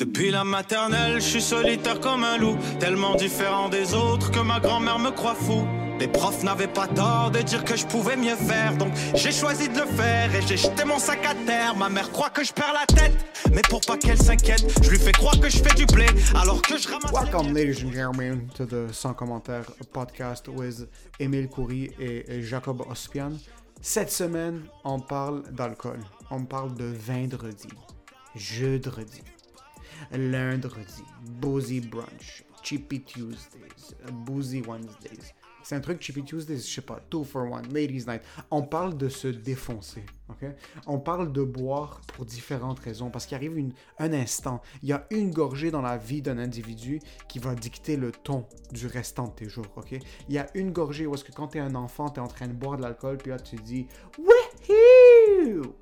Depuis la maternelle, je suis solitaire comme un loup, tellement différent des autres que ma grand-mère me croit fou. Les profs n'avaient pas tort de dire que je pouvais mieux faire, donc j'ai choisi de le faire et j'ai jeté mon sac à terre. Ma mère croit que je perds la tête, mais pour pas qu'elle s'inquiète, je lui fais croire que je fais du blé alors que je ramasse. Welcome, ladies and gentlemen, to the Sans Commentaire podcast with Émile Coury et Jacob Ospian. Cette semaine, on parle d'alcool. On parle de vendredi, jeudi, lundi, boozy brunch, Cheapy Tuesdays, boozy Wednesdays. C'est un truc, Cheapy Tuesdays, je sais pas, 2 for 1, Ladies Night. On parle de se défoncer, ok? On parle de boire pour différentes raisons, parce qu'il arrive un instant, il y a une gorgée dans la vie d'un individu qui va dicter le ton du restant de tes jours, ok? Il y a une gorgée où est-ce que quand t'es un enfant, t'es en train de boire de l'alcool, puis là tu dis « Wouhou!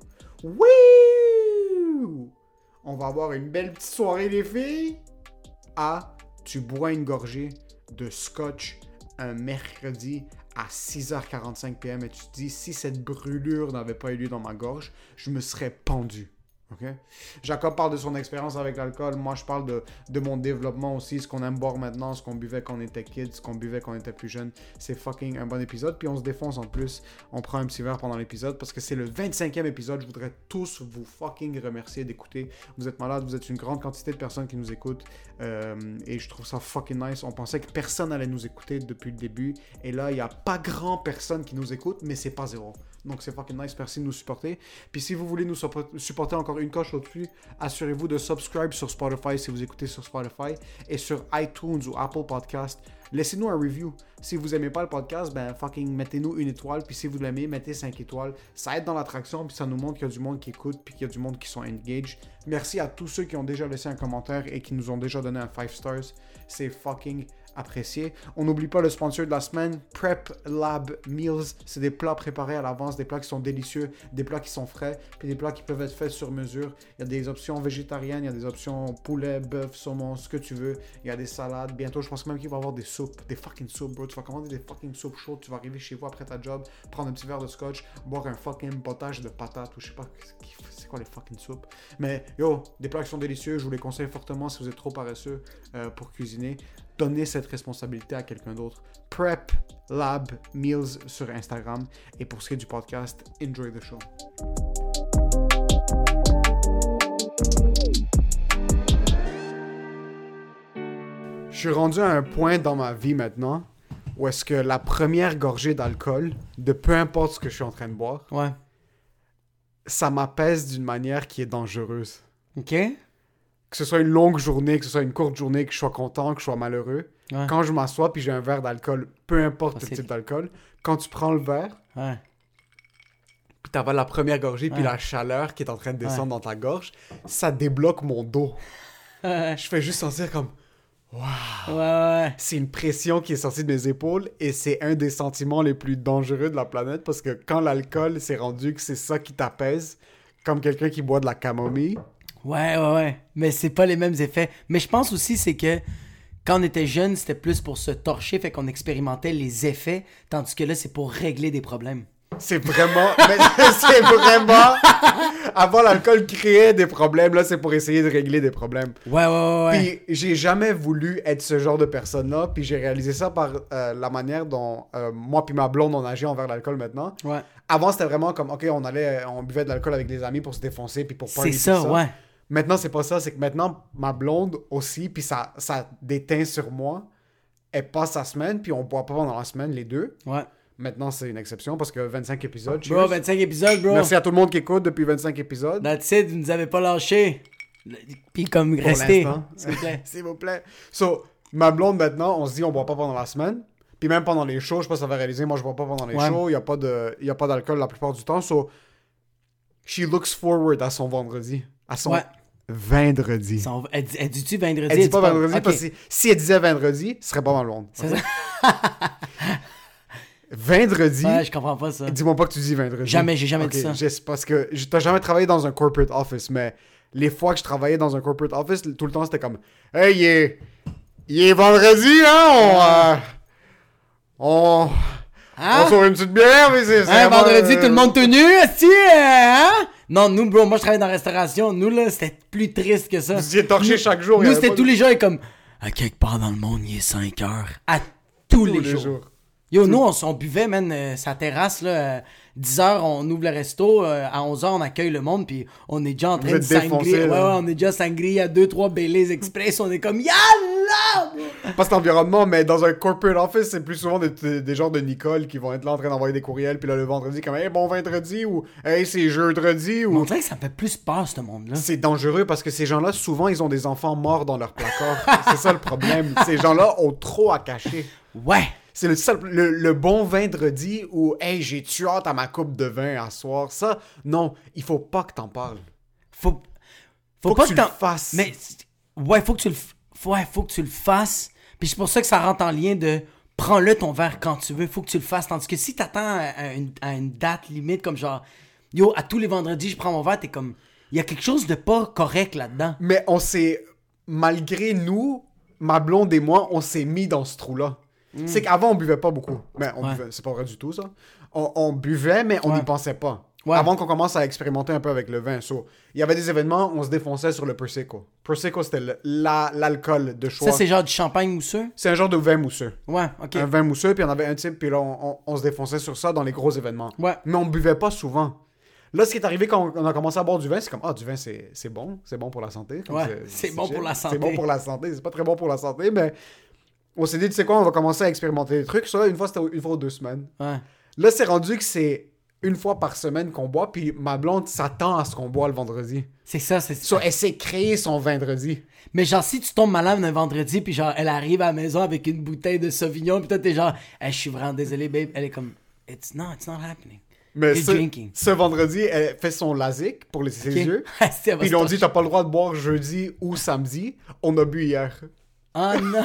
Wouhou! On va avoir une belle petite soirée les filles! » Ah, tu bois une gorgée de scotch un mercredi à 6h45 p.m. et tu te dis, si cette brûlure n'avait pas eu lieu dans ma gorge, je me serais pendu. Okay? Jacob parle de son expérience avec l'alcool. Moi, je parle de mon développement aussi, ce qu'on aime boire maintenant, ce qu'on buvait quand on était kids, ce qu'on buvait quand on était plus jeune. C'est fucking un bon épisode. Puis on se défonce en plus. On prend un petit verre pendant l'épisode parce que c'est le 25e épisode. Je voudrais tous vous fucking remercier d'écouter. Vous êtes malades, vous êtes une grande quantité de personnes qui nous écoutent. Et je trouve ça fucking nice. On pensait que personne allait nous écouter depuis le début. Et là, il n'y a pas grand personne qui nous écoute, mais c'est pas zéro. Donc c'est fucking nice, merci de nous supporter. Puis si vous voulez nous supporter encore une coche au-dessus, assurez-vous de subscribe sur Spotify si vous écoutez sur Spotify et sur iTunes ou Apple Podcast. Laissez-nous un review. Si vous aimez pas le podcast, ben fucking mettez-nous une étoile. Puis si vous l'aimez, mettez 5 étoiles. Ça aide dans l'attraction, puis ça nous montre qu'il y a du monde qui écoute, puis qu'il y a du monde qui sont engaged. Merci à tous ceux qui ont déjà laissé un commentaire et qui nous ont déjà donné un 5 stars. C'est fucking apprécié. On n'oublie pas le sponsor de la semaine, Prep Lab Meals. C'est des plats préparés à l'avance, des plats qui sont délicieux, des plats qui sont frais, puis des plats qui peuvent être faits sur mesure. Il y a des options végétariennes, il y a des options poulet, bœuf, saumon, ce que tu veux. Il y a des salades. Bientôt, je pense même qu'il va y avoir des soupes, des fucking soupes, bro. Tu vas commander des fucking soupes chaudes, tu vas arriver chez vous après ta job, prendre un petit verre de scotch, boire un fucking potage de patates ou je sais pas c'est quoi les fucking soupes. Mais yo, des plats qui sont délicieux, je vous les conseille fortement si vous êtes trop paresseux pour cuisiner. Donnez cette responsabilité à quelqu'un d'autre. Prep Lab Meals sur Instagram. Et pour ce qui est du podcast, enjoy the show. Je suis rendu à un point dans ma vie maintenant où est-ce que la première gorgée d'alcool, de peu importe ce que je suis en train de boire, ouais, ça m'apaise d'une manière qui est dangereuse. OK. Que ce soit une longue journée, que ce soit une courte journée, que je sois content, que je sois malheureux. Ouais. Quand je m'assois puis j'ai un verre d'alcool, peu importe le type d'alcool, quand tu prends le verre, ouais, puis t'avales la première gorgée, puis la chaleur qui est en train de descendre dans ta gorge, ça débloque mon dos. Je fais juste sentir comme waouh! Ouais. C'est une pression qui est sortie de mes épaules et c'est un des sentiments les plus dangereux de la planète parce que quand l'alcool s'est rendu que c'est ça qui t'apaise, comme quelqu'un qui boit de la camomille. Ouais. Mais c'est pas les mêmes effets. Mais je pense aussi, c'est que quand on était jeune, c'était plus pour se torcher, fait qu'on expérimentait les effets, tandis que là, c'est pour régler des problèmes. C'est vraiment... Avant, l'alcool créait des problèmes. Là, c'est pour essayer de régler des problèmes. Ouais. Puis j'ai jamais voulu être ce genre de personne-là. Puis j'ai réalisé ça par la manière dont moi puis ma blonde, on agit envers l'alcool maintenant. Ouais. Avant, c'était vraiment comme, OK, on buvait de l'alcool avec des amis pour se défoncer puis pour pas... C'est ça, ouais. Maintenant, c'est pas ça. C'est que maintenant, ma blonde aussi, puis ça déteint sur moi. Elle passe sa semaine, puis on boit pas pendant la semaine, les deux. Ouais. Maintenant, c'est une exception parce que 25 épisodes. Bro, 25 épisodes, bro. Merci à tout le monde qui écoute depuis 25 épisodes. That's it, vous nous avez pas lâché. Puis comme restez, s'il vous plaît. S'il vous plaît. So, ma blonde, maintenant, on se dit on boit pas pendant la semaine. Puis même pendant les shows, je sais pas si ça va réaliser, moi je bois pas pendant les shows. Il y a pas d'alcool la plupart du temps. So, she looks forward à son vendredi. À son vendredi. Elle dit-tu vendredi? Elle dit pas vendredi parce que si elle disait vendredi, ce serait pas ma blonde. C'est ça. Vendredi. Ouais, je comprends pas ça. Dis-moi pas que tu dis vendredi. Jamais, j'ai jamais dit ça. Parce que t'as jamais travaillé dans un corporate office, mais les fois que je travaillais dans un corporate office, tout le temps c'était comme hey, il est vendredi, hein? On sort une petite bière, mais c'est vendredi, tout le monde tenu, hein? Non, nous, bro, moi, je travaillais dans la restauration. Nous, là, c'était plus triste que ça. Vous étiez torché chaque jour. Nous, c'était tous les jours, et comme, à quelque part dans le monde, il est 5 heures. À tous les jours. Yo, nous, on buvait, man, sa terrasse, là, 10 heures, on ouvre le resto, à 11 heures, on accueille le monde, puis on est déjà en train de sangria. Ouais, on est déjà sangria, 2-3 Baileys Express, on est comme, yallah! Pas cet environnement, mais dans un corporate office, c'est plus souvent des genres de Nicole qui vont être là en train d'envoyer des courriels, puis là, le vendredi, comme, hey, bon vendredi, ou hey, c'est jeudi, ou... On dirait que ça me fait plus peur, ce monde-là. C'est dangereux parce que ces gens-là, souvent, ils ont des enfants morts dans leur placard. C'est ça le problème. Ces gens-là ont trop à cacher. Ouais! C'est le bon vendredi où, hey, j'ai tué hâte à ma coupe de vin à soir. Ça, non, il faut pas que t'en parles. Faut pas pas que tu le fasses. Mais, ouais, faut que tu le fasses. Puis c'est pour ça que ça rentre en lien de prends-le ton verre quand tu veux. Faut que tu le fasses. Tandis que si t'attends à une date limite, comme genre, yo, à tous les vendredis, je prends mon verre, t'es comme, il y a quelque chose de pas correct là-dedans. Mais malgré nous, ma blonde et moi, on s'est mis dans ce trou-là. C'est qu'avant, on buvait pas beaucoup. Mais buvait, c'est pas vrai du tout, ça. On buvait, mais on n'y pensait pas. Ouais. Avant qu'on commence à expérimenter un peu avec le vin. Il y avait des événements, on se défonçait sur le Prosecco. Prosecco, c'était l'alcool de choix. Ça, c'est genre du champagne mousseux? C'est un genre de vin mousseux. Ouais, ok. Un vin mousseux, puis on avait un type, puis là, on se défonçait sur ça dans les gros événements. Ouais. Mais on buvait pas souvent. Là, ce qui est arrivé quand on a commencé à boire du vin, c'est comme, du vin, c'est bon. C'est bon pour la santé. Ouais, c'est bon pour la santé. C'est bon pour la santé. C'est pas très bon pour la santé, mais... On s'est dit, tu sais quoi, on va commencer à expérimenter des trucs. Ça, une fois, c'était une fois ou 2 semaines. Ouais. Là, c'est rendu que c'est une fois par semaine qu'on boit, puis ma blonde s'attend à ce qu'on boit le vendredi. C'est ça, c'est ça. Elle s'est créée son vendredi. Mais genre, si tu tombes malade un vendredi, puis genre, elle arrive à la maison avec une bouteille de Sauvignon, puis toi, t'es genre, hey, je suis vraiment désolé, babe. Elle est comme, it's not happening. Mais ce vendredi, elle fait son LASIK pour ses yeux. Puis ils ont dit, t'as pas le droit de boire jeudi ou samedi. On a bu hier. Oh non!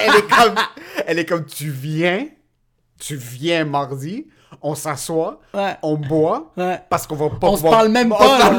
elle est comme, tu viens mardi, on s'assoit, ouais. on boit, ouais. parce qu'on va pas on se parle même pas.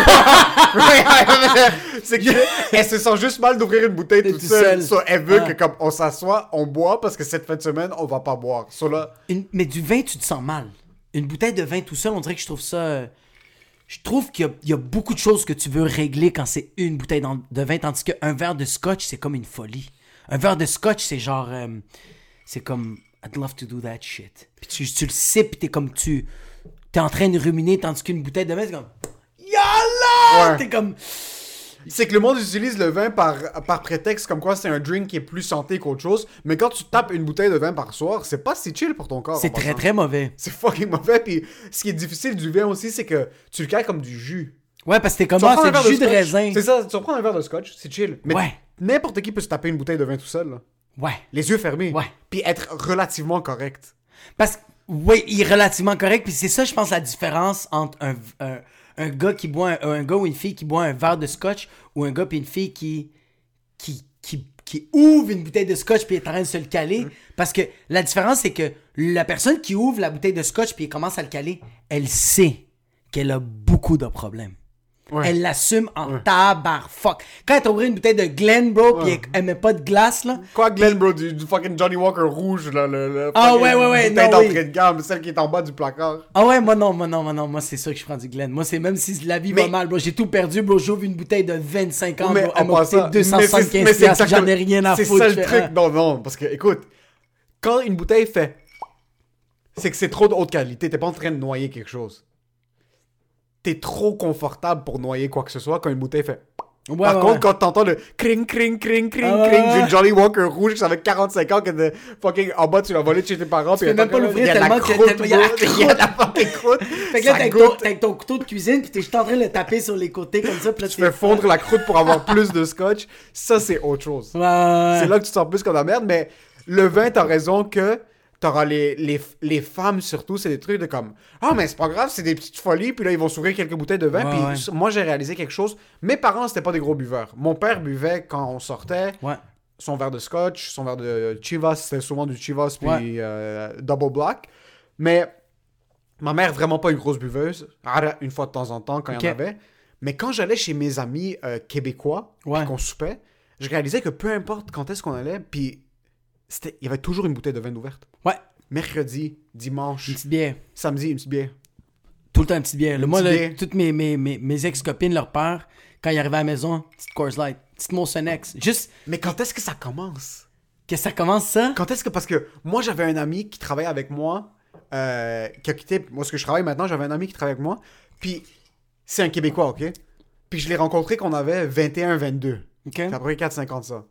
C'est qu'elle se sent juste mal d'ouvrir une bouteille toute seule. Elle veut que comme on s'assoit, on boit, parce que cette fin de semaine, on va pas boire. Mais du vin, tu te sens mal. Une bouteille de vin tout seul, on dirait que je trouve ça... Je trouve qu'il y a beaucoup de choses que tu veux régler quand c'est une bouteille de vin, tandis qu'un verre de scotch, c'est comme une folie. Un verre de scotch, c'est genre... c'est comme... I'd love to do that shit. Puis tu le sais, puis t'es en train de ruminer, tandis qu'une bouteille de vin, c'est comme... Yallah! Ouais. T'es comme... C'est que le monde utilise le vin par prétexte comme quoi c'est un drink qui est plus santé qu'autre chose. Mais quand tu tapes une bouteille de vin par soir, c'est pas si chill pour ton corps. C'est très très mauvais. C'est fucking mauvais. Puis ce qui est difficile du vin aussi, c'est que tu le cales comme du jus. Ouais, parce que t'es comme c'est du jus de raisin. C'est ça, tu vas prendre un verre de scotch, c'est chill. Mais n'importe qui peut se taper une bouteille de vin tout seul. Là. Ouais. Les yeux fermés. Ouais. Puis être relativement correct. Parce que, oui, il est relativement correct. Puis c'est ça, je pense, la différence entre un gars qui boit un gars ou une fille qui boit un verre de scotch ou un gars puis une fille qui ouvre une bouteille de scotch puis est en train de se le caler. Parce que la différence, c'est que la personne qui ouvre la bouteille de scotch puis commence à le caler, elle sait qu'elle a beaucoup de problèmes. Ouais. Elle l'assume en tabarfuck. Quand elle ouvert une bouteille de Glen, bro, pis elle met pas de glace, là. Quoi, Glen, bro? Du fucking Johnny Walker rouge, là. Ouais. Bouteille d'entrée de gamme, celle qui est en bas du placard. Ah ouais, moi non. Moi, c'est sûr que je prends du Glen. Moi, c'est même si la vie va mal, bro. J'ai tout perdu, bro. J'ouvre une bouteille de 25 ans, bro. Elle m'a coûté 275 piastres. J'en ai rien à foutre. C'est ça le truc. Non. Parce que, écoute, quand une bouteille fait... C'est que c'est trop de haute qualité. T'es pas en train de noyer quelque chose. T'es trop confortable pour noyer quoi que ce soit quand une bouteille fait... Par contre, quand t'entends le cring d'une Johnny Walker rouge, ça fait 45 ans que de fucking en bas tu l'as volé de chez tes parents. Tu peux même pas l'ouvrir tellement qu'il y a la fucking croûte. Fait que là, t'as avec ton couteau de cuisine, pis t'es juste en train de le taper sur les côtés comme ça. Tu fais fondre la croûte pour avoir plus de scotch. Ça, c'est autre chose. C'est là que tu te sens plus comme la merde, mais le vin, t'as raison que... T'auras les femmes, surtout, c'est des trucs de comme... Ah, mais c'est pas grave, c'est des petites folies, puis là, ils vont s'ouvrir quelques bouteilles de vin, puis moi, j'ai réalisé quelque chose. Mes parents, c'était pas des gros buveurs. Mon père buvait quand on sortait, son verre de scotch, son verre de Chivas, c'était souvent du Chivas, puis Double Black. Mais ma mère, vraiment pas une grosse buveuse, une fois de temps en temps, quand il y en avait. Mais quand j'allais chez mes amis québécois, puis qu'on soupait, je réalisais que peu importe quand est-ce qu'on allait, puis... il y avait toujours une bouteille de vin ouverte. Ouais. Mercredi, dimanche. Une petite bière. Samedi, une petite bière. Tout le temps, une petite bière. Là, moi, petite là, bière. toutes mes ex-copines, leur père, quand ils arrivaient à la maison, petite Coors Light, petite Molson X. Juste, Mais quand est-ce que ça commence? que ça commence ça? Quand est-ce que... Parce que moi, j'avais un ami qui travaillait avec moi, qui a quitté... Moi, ce que je travaille maintenant, j'avais un ami qui travaille avec moi, puis c'est un Québécois, OK? Puis je l'ai rencontré quand on avait 21-22. OK. C'est à peu près 4-5 ans de ça.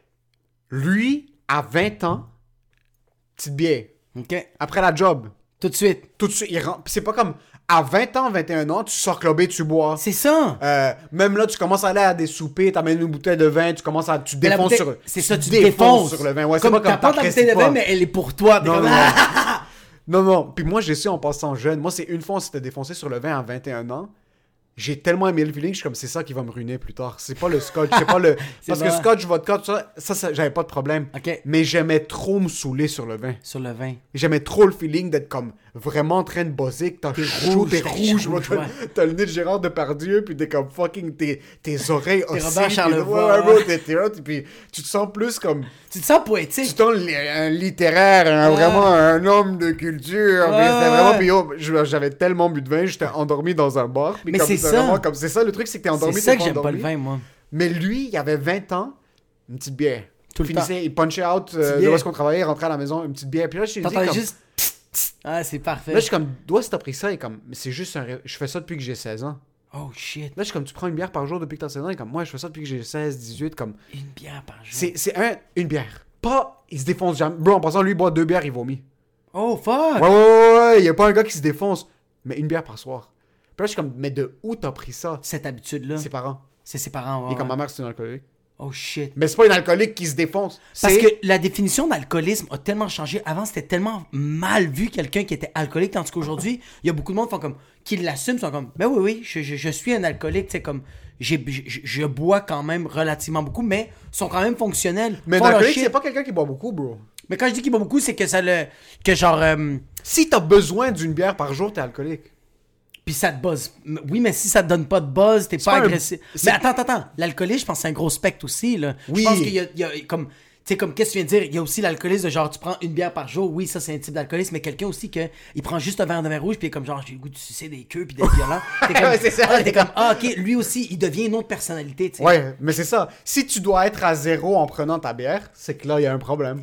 Lui, à 20 ans, petite bière. OK. Après la job, Tout de suite. tout de suite, il rentre. Puis c'est pas comme... À 20 ans, 21 ans, tu sors clubber, tu bois. C'est ça. Même là, tu commences à aller à des soupers, t'amènes une bouteille de vin, tu commences à... Tu Mais la défonces bouteille- sur... C'est ça, tu défonces. sur le vin. Ouais, c'est Comme pas comme t'apportes la bouteille de t'apprécies vin, pas. mais elle est pour toi. T'es Non, comme, non. ah! Non, non. Puis moi, j'ai su en passant jeune. Moi, c'est une fois, on s'était défoncé sur le vin à 21 ans. J'ai tellement aimé le feeling, je suis comme, c'est ça qui va me ruiner plus tard. C'est pas le scotch, c'est pas le... Parce vrai. que scotch, vodka, tout ça, j'avais pas de problème. OK. Mais j'aimais trop me saouler sur le vin. Sur le vin. J'aimais trop le feeling d'être comme vraiment en train de buzzer, que t'es chaud, t'es rouge, rouge, moi, ouais. t'as le nez de Gérard Depardieu, puis t'es comme fucking, tes oreilles T'es oscillent, Robert puis- Charlevoix, ouais, ouais. bro, t'es là, puis tu te sens plus comme... Tu te sens Tu poétique. sens un littéraire, vraiment un homme de culture. Ouais, Puis c'était ouais. vraiment... Puis yo, j'avais tellement bu de vin, j'étais endormi dans un bar. Puis Mais comme c'est c'était ça. vraiment comme... C'est ça le truc, c'est que t'es endormi, C'est ça t'es que j'aime pas endormi. le vin, moi. Mais lui, il avait 20 ans, une petite bière. Tout le Finissait, il punchait out de bière. où est-ce qu'on travaillait, il rentrait à la maison, une petite bière. Puis là, je suis dit T'entends comme... juste... Ah, c'est parfait. Là, je suis comme, d'où est-ce que t'as pris ça? Et comme, mais c'est juste je fais ça depuis que j'ai 16 ans. Oh, shit. Là, je suis comme, tu prends une bière par jour depuis que t'as 16 ans. Et comme, moi, je fais ça depuis que j'ai 16, 18. Comme, Une bière par jour. c'est une bière. Pas, il se défonce jamais. Bro, en passant, lui, il boit 2 bières, il vomit. Oh, fuck! Ouais, il y a pas un gars qui se défonce. Mais une bière par soir. Puis là, je suis comme, mais de où t'as pris ça? Cette habitude-là, Ses parents. c'est ses parents. ouais, Et comme ouais. ma mère, c'est une alcoolique. Oh, shit. Mais c'est pas une alcoolique qui se défonce. Parce C'est- que la définition d'alcoolisme a tellement changé. Avant, c'était tellement mal vu quelqu'un qui était alcoolique, tandis qu'aujourd'hui, il y a beaucoup de monde qui l'assument, sont comme, ben oui, je suis un alcoolique, tu sais, comme, je bois quand même relativement beaucoup, mais sont quand même fonctionnels. Mais un font leur alcoolique, shit. c'est pas quelqu'un qui boit beaucoup, bro. Mais quand je dis qu'il boit beaucoup, c'est que ça le. Que genre. Si t'as besoin d'une bière par jour, t'es alcoolique. Puis ça te buzz. Oui, mais si ça te donne pas de buzz, t'es pas pas un- agressif. c'est- Mais attends. L'alcoolisme, je pense que c'est un gros spectre aussi, là. Oui. Je pense qu'il y a comme. Tu sais, comme qu'est-ce que tu viens de dire, il y a aussi l'alcoolisme de genre, tu prends une bière par jour, oui, ça c'est un type d'alcoolisme, mais quelqu'un aussi il prend juste un verre de vin rouge, puis il est comme genre, j'ai le goût de sucer des queues, puis d'être violent. T'es comme, Ouais, c'est ça. t'es comme, ok, lui aussi, il devient une autre personnalité, tu sais. Ouais, mais c'est ça. Si tu dois être à zéro en prenant ta bière, c'est que là, il y a un problème.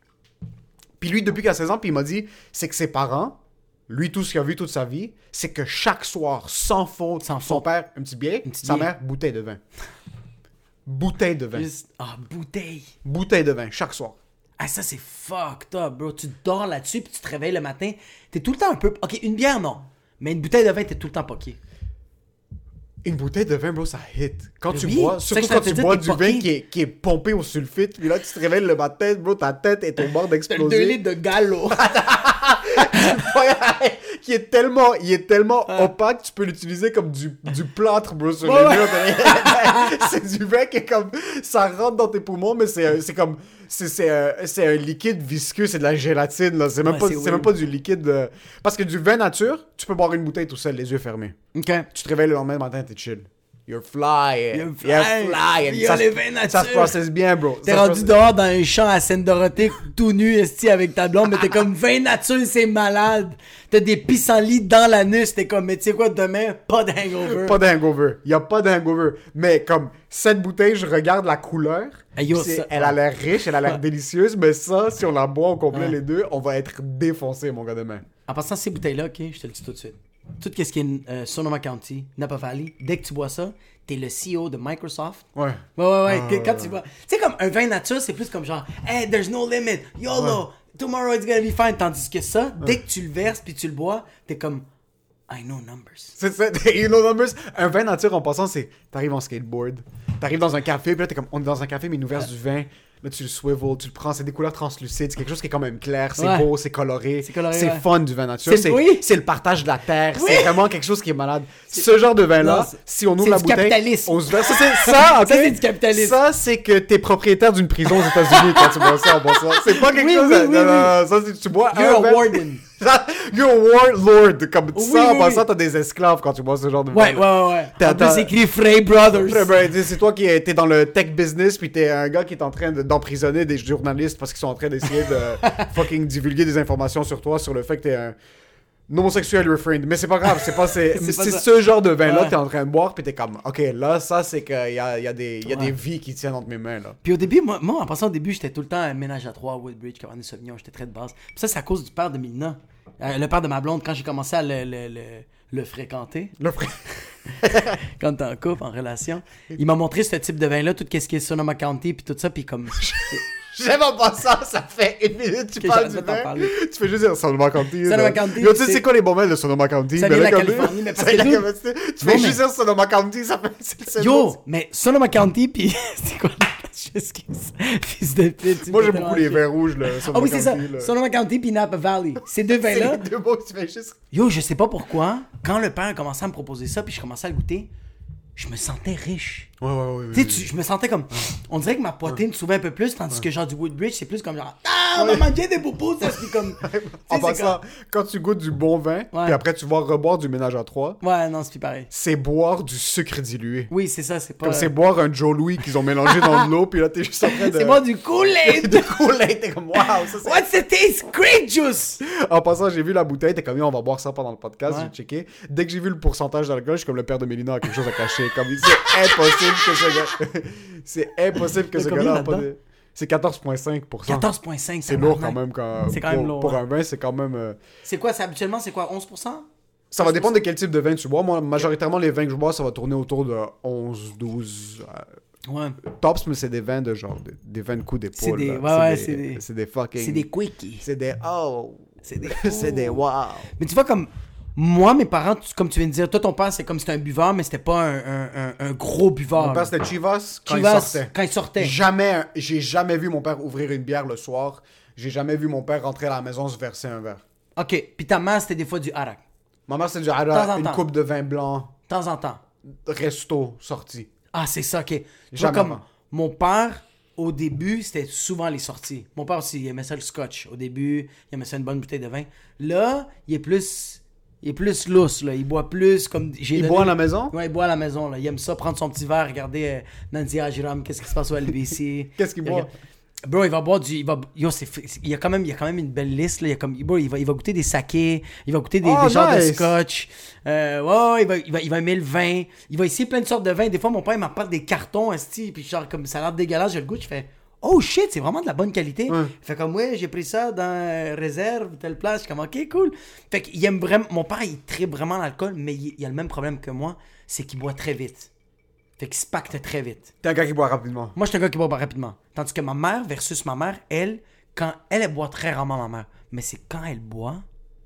Puis lui, depuis qu'il a 16 ans, puis il m'a dit, c'est que ses parents, lui, tout ce qu'il a vu toute sa vie, c'est que chaque soir, sans faute, Sans son faute. père, une petite bière, petite sa bière. mère, bouteille de vin. Bouteille de vin. Juste, bouteille. Bouteille de vin, chaque soir. Ah, ça, c'est fucked up, bro. Tu dors là-dessus, puis tu te réveilles le matin. T'es tout le temps un peu. Ok, une bière, non. Mais une bouteille de vin, t'es tout le temps poqué. Une bouteille de vin, bro, ça hit. Quand tu Oui, bois, c'est ça surtout que je quand t'ai tu dit, bois t'es du poqué. vin qui est pompé au sulfite, puis là, tu te réveilles le matin, bro, ta tête est au bord d'exploser. de gallo. Qui est tellement opaque, tu peux l'utiliser comme du plâtre, bro, sur Ouais, les murs. C'est du vin qui est comme... Ça rentre dans tes poumons, mais c'est comme... C'est un liquide visqueux, c'est de la gélatine, là. C'est même, Ouais, pas, c'est c'est weird. même pas du liquide... Parce que du vin nature, tu peux boire une bouteille tout seul, les yeux fermés. Ok. Tu te réveilles le lendemain matin, t'es chill. You're flying. You're You're flying. flying. Il y a Ça, les vins ça se nature. processe bien, bro. T'es Ça se rendu processe- dehors dans un champ à Seine-Dorothée, tout nu, esti, avec ta blonde, mais t'es comme, vin nature, c'est malade. T'as des pissenlits dans l'anus, t'es comme, mais tu sais quoi, demain, pas de hangover. Pas d'hangover. Il y a pas d'hangover. Mais comme, cette bouteille, je regarde la couleur. Hey, yo, C'est- ça- elle a l'air riche, elle a l'air Ouais. délicieuse, mais ça, si on la boit au complet Ouais. les deux, on va être défoncé, mon gars, demain. En passant ces bouteilles-là, ok, je te le dis tout de suite. Tout ce qui est Sonoma County, Napa Valley, dès que tu bois ça, t'es le CEO de Microsoft. Ouais. Ouais. Quand tu bois. Tu sais, comme un vin nature, c'est plus comme genre, hey, there's no limit, YOLO, tomorrow it's gonna be fine. Tandis que ça, dès que tu le verses puis tu le bois, t'es comme, I know numbers. C'est ça, you know numbers. Un vin nature, en passant, c'est, t'arrives en skateboard, t'arrives dans un café, puis là, t'es comme, on est dans un café, mais ils nous versent du vin. Là, tu le swivel, tu le prends, c'est des couleurs translucides, c'est quelque chose qui est quand même clair, c'est Ouais. beau, c'est coloré. C'est coloré, c'est ouais. fun du vin nature. C'est- oui. C'est le partage de la terre, Oui. c'est vraiment quelque chose qui est malade. Ce genre de Non, vin-là, c'est- si on ouvre c'est la du bouteille, capitalisme. on se verse. Ça, ok? Ça, c'est du capitalisme. Ça, c'est que t'es propriétaire d'une prison aux États-Unis quand tu bois ça en boissant. C'est pas quelque Oui, chose. oui, non, oui, non, oui. non, ça, c'est tu bois You're un a verre- warden. You're a warlord. Comme Oui, ça, en oui, passant, oui. t'as des esclaves quand tu bois ce genre de Ouais. vin. En T'as- plus, c'est écrit Frey Brothers. Après, ben, c'est toi qui t'es dans le tech business, puis t'es un gars qui est en train d'emprisonner des journalistes parce qu'ils sont en train d'essayer de fucking divulguer des informations sur toi, sur le fait que t'es un homosexuel refrained. Mais c'est pas grave, c'est pas, C'est pas c'est ça. ce genre de vin-là Ouais. que t'es en train de boire, puis t'es comme, ok, là, ça, c'est qu'il y a des vies qui tiennent entre mes mains, là. Puis au début, moi, en passant au début, j'étais tout le temps un ménage à trois, Woodbridge, Cabernet Sauvignon, j'étais très de base. Puis ça, c'est à cause du père de Mélina. Le père de ma blonde, quand j'ai commencé à le fréquenter, Le frère. quand t'es en couple, en relation, il m'a montré ce type de vin-là, tout ce qui est Sonoma County, puis tout ça, puis comme... J'aime pas ça fait une minute, tu Que parles j'arrête du de t'en vin. parler. Tu fais juste dire Sonoma County. Sonoma là. County, Yo, tu sais, c'est- c'est quoi les bons vins de Sonoma County? Ça Ben, vient de la comme- Californie, mais parce c'est que la nous- Californie. Tu fais Non, juste dire Sonoma County, ça fait... c'est le nom. Yo, mais Sonoma County, puis c'est quoi? Excuse, fils de pute. tu Moi, me j'aime fais beaucoup tellement les chier. vins rouges, là. Ah oui, c'est ça. County, là. Sonoma County puis Napa Valley. Ces deux C'est vins-là. les deux mots que tu fais juste... Yo, je sais pas pourquoi, quand le père a commencé à me proposer ça, puis je commençais à le goûter, je me sentais riche. Ouais. Tu sais, je me sentais comme. On dirait que ma poitrine s'ouvrait un peu plus, tandis que genre du Woodbridge, c'est plus comme genre. Ah, on va manger des bobos, ça, c'est comme. Tu sais, En c'est passant, quand tu goûtes du bon vin, Ouais. puis après tu vas reboire du ménage à trois, Ouais, non, c'est plus pareil. c'est boire du sucre dilué. Oui, c'est ça, c'est pas. Comme c'est boire un Joe Louis qu'ils ont mélangé dans de l'eau, puis là t'es juste en train de... C'est moi du Kool-Aid! de couler, t'es comme waouh, ça c'est... What's the taste? Great juice! En passant, j'ai vu la bouteille, t'es comme, on va boire ça pendant le podcast, Ouais. j'ai checké. Dès que j'ai vu le pourcentage d'alcool, je suis comme le père de Mélina a quelque chose à cacher. Comme, c'est impossible que ce gars... c'est impossible que Il y a ce combien gars-là a pas là-dedans? de... C'est 14,5%. 14,5, C'est lourd quand même. C'est quand même lourd, Pour ouais. un vin, c'est quand même... C'est quoi, habituellement, c'est quoi, 11%? Ça va dépendre de quel type de vin tu bois. Moi, majoritairement, les vins que je bois, ça va tourner autour de 11, 12 Ouais. tops, mais c'est des vins de genre... des vins de coups d'épaule. C'est des- là. ouais, C'est des fucking... C'est des quickies. C'est des... Oh! C'est des. C'est des wow! Mais tu vois, comme. Moi, mes parents, comme tu viens de dire, toi, ton père, c'est comme c'était un buveur, mais c'était pas un gros buveur. Mon père, là. c'était Chivas quand Chivas, il sortait. quand il sortait. J'ai jamais vu mon père ouvrir une bière le soir. J'ai jamais vu mon père rentrer à la maison se verser un verre. Ok, puis ta mère, c'était des fois du harak. Ma mère, c'est du De temps hara, en une temps. coupe de vin blanc, De temps en temps. resto, sorti. Ah, c'est ça, ok. Tu vois, Jamais comme avant. mon père, au début, c'était souvent les sorties. Mon père aussi, il aimait ça le scotch. Au début, il aimait ça une bonne bouteille de vin. Là, il est plus lousse, là. Il boit plus comme. Il boit à la maison? Ouais, il boit à la maison, là. Il aime ça, prendre son petit verre, regarder Nancy Ajiram, qu'est-ce qui se passe au LBC. Qu'est-ce qu'il boit? Bro, il va boire du. Yo, il y a quand même une belle liste, là. Bro, il va goûter des sakés, il va goûter des genres de nice. scotch. Il va aimer le vin. Il va essayer plein de sortes de vins. Des fois, mon père, il m'apporte des cartons, esti, puis genre, comme ça a l'air dégueulasse, je le goûte, je fais. Oh shit, c'est vraiment de la bonne qualité. Ouais. Il fait comme, ouais, j'ai pris ça dans réserve, telle place. Je suis comme, ok, cool. Fait qu'il aime vraiment. Mon père, il tripe vraiment l'alcool, mais il a le même problème que moi, c'est qu'il boit très vite. Fait qu'il se pacte très vite. T'es un gars qui boit rapidement. Moi, je suis un gars qui boit pas rapidement. Tandis que ma mère versus ma mère, elle boit très rarement, ma mère. Mais c'est quand elle boit,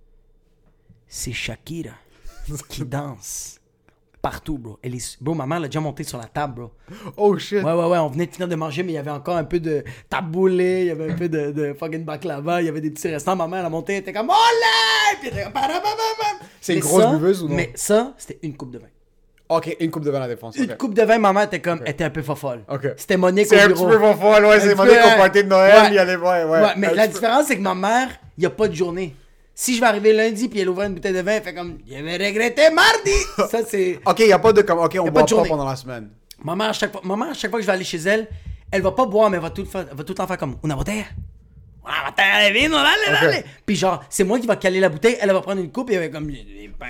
c'est Shakira qui danse partout, bro. Bro, ma mère l'a déjà monté sur la table, bro. Oh shit! Ouais, on venait de finir de manger, mais il y avait encore un peu de taboulé, il y avait un peu de fucking baklava, il y avait des petits restants. Ma mère, elle a monté, elle était comme, olé! Puis elle était comme, C'est une Mais grosse ça, buveuse ou non? Mais ça, c'était une coupe de vin. Ok, une coupe de vin à la défense. Une ok. coupe de vin, ma mère était comme, était un peu fofolle. Ok. C'était Monique C'est au un bureau. petit peu fofolle, ouais, c'est Un Monique petit peu, au party de Noël, ouais. il y allait, ouais. Ouais, mais Un la petit peu. différence, c'est que ma mère, il n'y a pas de journée. Si je vais arriver lundi puis elle ouvre une bouteille de vin, elle fait comme, je vais regretter mardi. Ça, c'est. Ok, il n'y a pas de comme, ok, on pas boit de pas journée. pendant la semaine. Ma mère, à chaque fois que je vais aller chez elle, elle va pas boire, mais elle va tout le temps faire comme, una botella. Una botella de vino, dale. Puis genre, c'est moi qui va caler la bouteille, elle va prendre une coupe et elle va comme,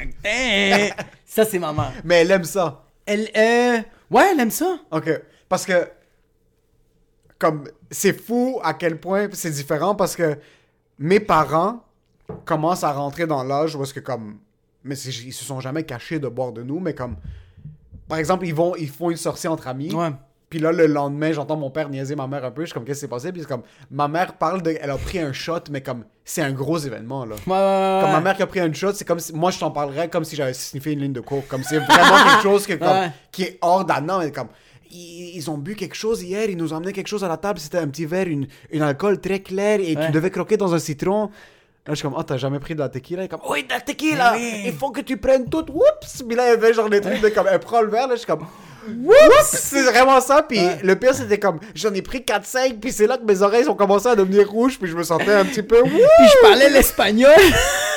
ça, c'est ma mère. Mais elle aime ça. Ouais, elle aime ça. Ok. Parce que, comme, c'est fou à quel point c'est différent parce que mes parents commencent à rentrer dans l'âge où est-ce que, comme, mais ils se sont jamais cachés de boire de nous, mais comme, par exemple, ils font une sortie entre amis. Ouais. Puis là, le lendemain, j'entends mon père niaiser ma mère un peu. Je suis comme, qu'est-ce qui s'est passé? Puis c'est comme, ma mère parle de. Elle a pris un shot, mais comme, c'est un gros événement, là. Ouais. Comme ma mère qui a pris un shot, c'est comme si. Moi, je t'en parlerais comme si j'avais sniffé une ligne de coke. Comme c'est vraiment quelque chose que, comme, Ouais. qui est hors d'annan. Mais comme, ils ont bu quelque chose hier, ils nous ont amené quelque chose à la table. C'était un petit verre, une alcool très clair, et Ouais. tu devais croquer dans un citron. Là, je suis comme, oh, t'as jamais pris de la tequila? Il est comme, oui, de la tequila! Oui. Il faut que tu prennes tout. Oups! Puis là, il y avait genre des trucs de comme, elle prend le verre, là, je suis comme, oups! C'est vraiment ça. Puis le pire, c'était comme, j'en ai pris 4-5, puis c'est là que mes oreilles ont commencé à devenir rouges, puis je me sentais un petit peu, Puis je parlais l'espagnol.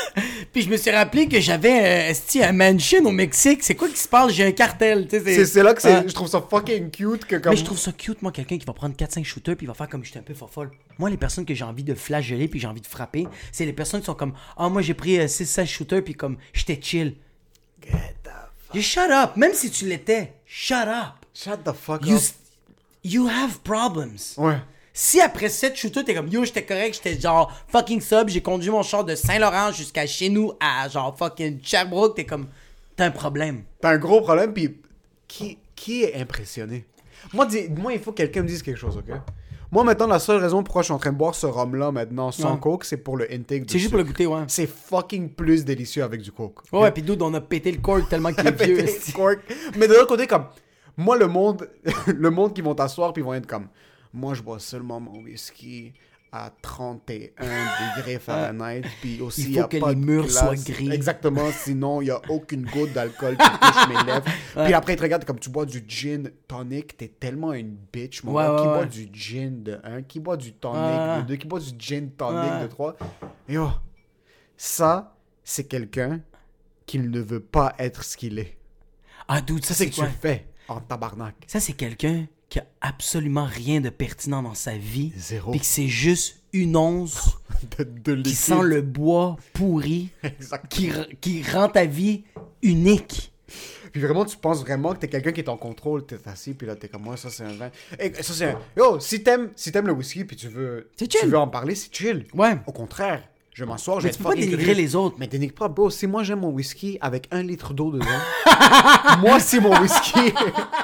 Puis je me suis rappelé que j'avais un mansion au Mexique. C'est quoi qui se passe? J'ai un cartel. C'est là que je trouve ça fucking cute. Que comme... Mais je trouve ça cute, moi, quelqu'un qui va prendre 4-5 shooters puis il va faire comme j'étais un peu fofolle. Moi, les personnes que j'ai envie de flageller puis j'ai envie de frapper, c'est les personnes qui sont comme moi j'ai pris 6-7 shooters puis comme j'étais chill. Get the fuck. You shut up. Même si tu l'étais, shut up. Shut the fuck up. You have problems. Ouais. Si après 7 shooters, t'es comme yo, j'étais correct, j'étais genre fucking sub, j'ai conduit mon char de Saint-Laurent jusqu'à chez nous à genre fucking Sherbrooke, t'es comme t'as un problème. T'as un gros problème, puis qui est impressionné? Moi, il faut que quelqu'un me dise quelque chose, ok? Moi, maintenant, la seule raison pourquoi je suis en train de boire ce rhum-là maintenant sans coke, c'est pour le intake de C'est juste pour le goûter, ouais. C'est fucking plus délicieux avec du coke. Okay? Ouais, pis dude, on a pété le cork tellement qu'il est vieux. Mais de l'autre côté, comme, moi, le monde qui vont t'asseoir puis ils vont être comme, moi, je bois seulement mon whisky à 31 degrés Fahrenheit, puis aussi il faut que les murs soient gris. Exactement, sinon il n'y a aucune goutte d'alcool qui touche mes lèvres. Ouais. Puis après, ils te regardent comme tu bois du gin tonic, t'es tellement une bitch, mon gars. Qui boit du gin de 1, qui boit du tonic de 2, qui boit du gin tonic de 3. Et oh, ça, c'est quelqu'un qui ne veut pas être ce qu'il est. Ah, dude, ça c'est quoi? Tu fais en tabarnak. Ça, c'est quelqu'un qui a absolument rien de pertinent dans sa vie. Zéro. Puis que c'est juste une once qui sent le bois pourri, qui rend ta vie unique. Puis vraiment, tu penses vraiment que t'es quelqu'un qui est en contrôle, t'es assis, puis là, t'es comme moi, ça c'est un vin. Et ça c'est un... Yo, si t'aimes le whisky, puis tu veux en parler, c'est chill. Ouais. Au contraire, je m'assois, je vais tu peux pas dénigrer les autres. Mais dénigre pas, bro. Si moi j'aime mon whisky avec 1 litre d'eau dedans, moi si mon whisky...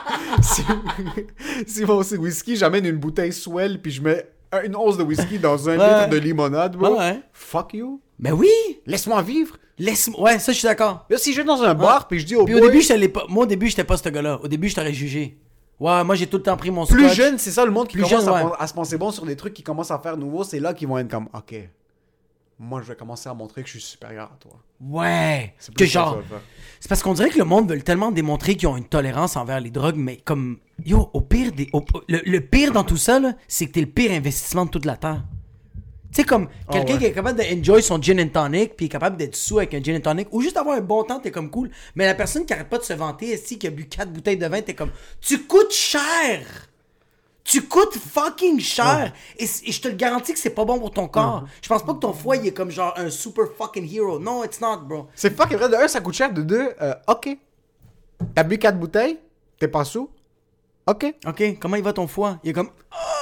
si mon whisky, j'amène une bouteille Swell, puis je mets une once de whisky dans 1 litre de limonade, bro. Ouais. Fuck you. Ben oui. Laisse-moi vivre. Ouais, ça je suis d'accord. Là, si je vais dans un bar, puis je dis au boy... au début, moi au début, j'étais pas ce gars-là. Au début, je t'aurais jugé. Ouais, moi j'ai tout le temps pris mon scotch. Plus jeune, c'est ça le monde qui commence jeune, à se penser bon sur des trucs qui commencent à faire nouveau. C'est là qu'ils vont être comme, ok, moi je vais commencer à montrer que je suis supérieur à toi. Ouais. Que genre, c'est parce qu'on dirait que le monde veut tellement démontrer qu'ils ont une tolérance envers les drogues, mais comme, yo, le pire dans tout ça, là, c'est que t'es le pire investissement de toute la terre. Tu sais, comme quelqu'un qui est capable d'enjoy son gin and tonic, puis est capable d'être sous avec un gin and tonic, ou juste avoir un bon temps, t'es comme cool. Mais la personne qui arrête pas de se vanter, qui a bu 4 bouteilles de vin, t'es comme, tu coûtes cher! Tu coûtes fucking cher! Et je te le garantis que c'est pas bon pour ton corps. Je pense pas que ton foie, il est comme genre un super fucking hero. No, it's not, bro. C'est fucking vrai. De 1, ça coûte cher. De 2, ok. T'as bu 4 bouteilles? T'es pas sous? Ok. Ok, comment il va ton foie? Il est comme...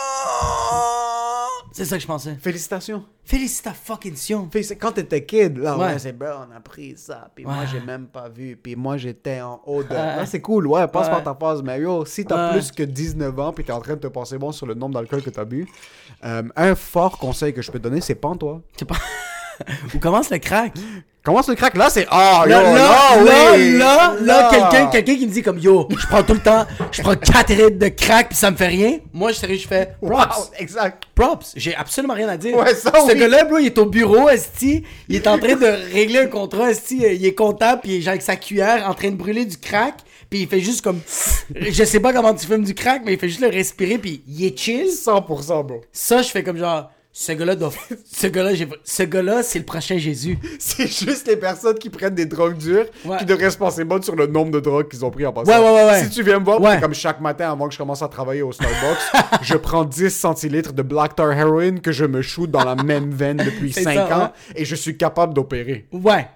C'est ça que je pensais. Félicitations. Félicitations. Quand t'étais kid, là, c'est bon, on a pris ça, puis moi, j'ai même pas vu, puis moi, j'étais en haut de... Là, c'est cool, passe par ta phase, mais yo, si t'as plus que 19 ans, puis t'es en train de te penser bon sur le nombre d'alcool que t'as bu, un fort conseil que je peux te donner, c'est pends-toi. Ou commence le crack. Commence le crack, là, c'est... Là, quelqu'un qui me dit comme, yo, je prends tout le temps, je prends 4 rides de crack, puis ça me fait rien. Moi, je fais props. Wow, exact. Props. J'ai absolument rien à dire. Ouais, ça, ce gars-là, bro, il est au bureau, esti. Il est en train de régler un contrat, esti. Il est comptable, puis il est genre avec sa cuillère en train de brûler du crack. Puis il fait juste comme... Je sais pas comment tu fumes du crack, mais il fait juste le respirer, puis il est chill. 100%, bro. Ça, je fais comme genre... Ce gars-là, c'est le prochain Jésus. C'est juste les personnes qui prennent des drogues dures qui devraient se penser bonnes sur le nombre de drogues qu'ils ont pris en passant. Ouais. Si tu viens me voir, c'est comme chaque matin avant que je commence à travailler au Starbucks, je prends 10 centilitres de Black Tar Heroin que je me shoot dans la même veine depuis 5 ans et je suis capable d'opérer. Ouais.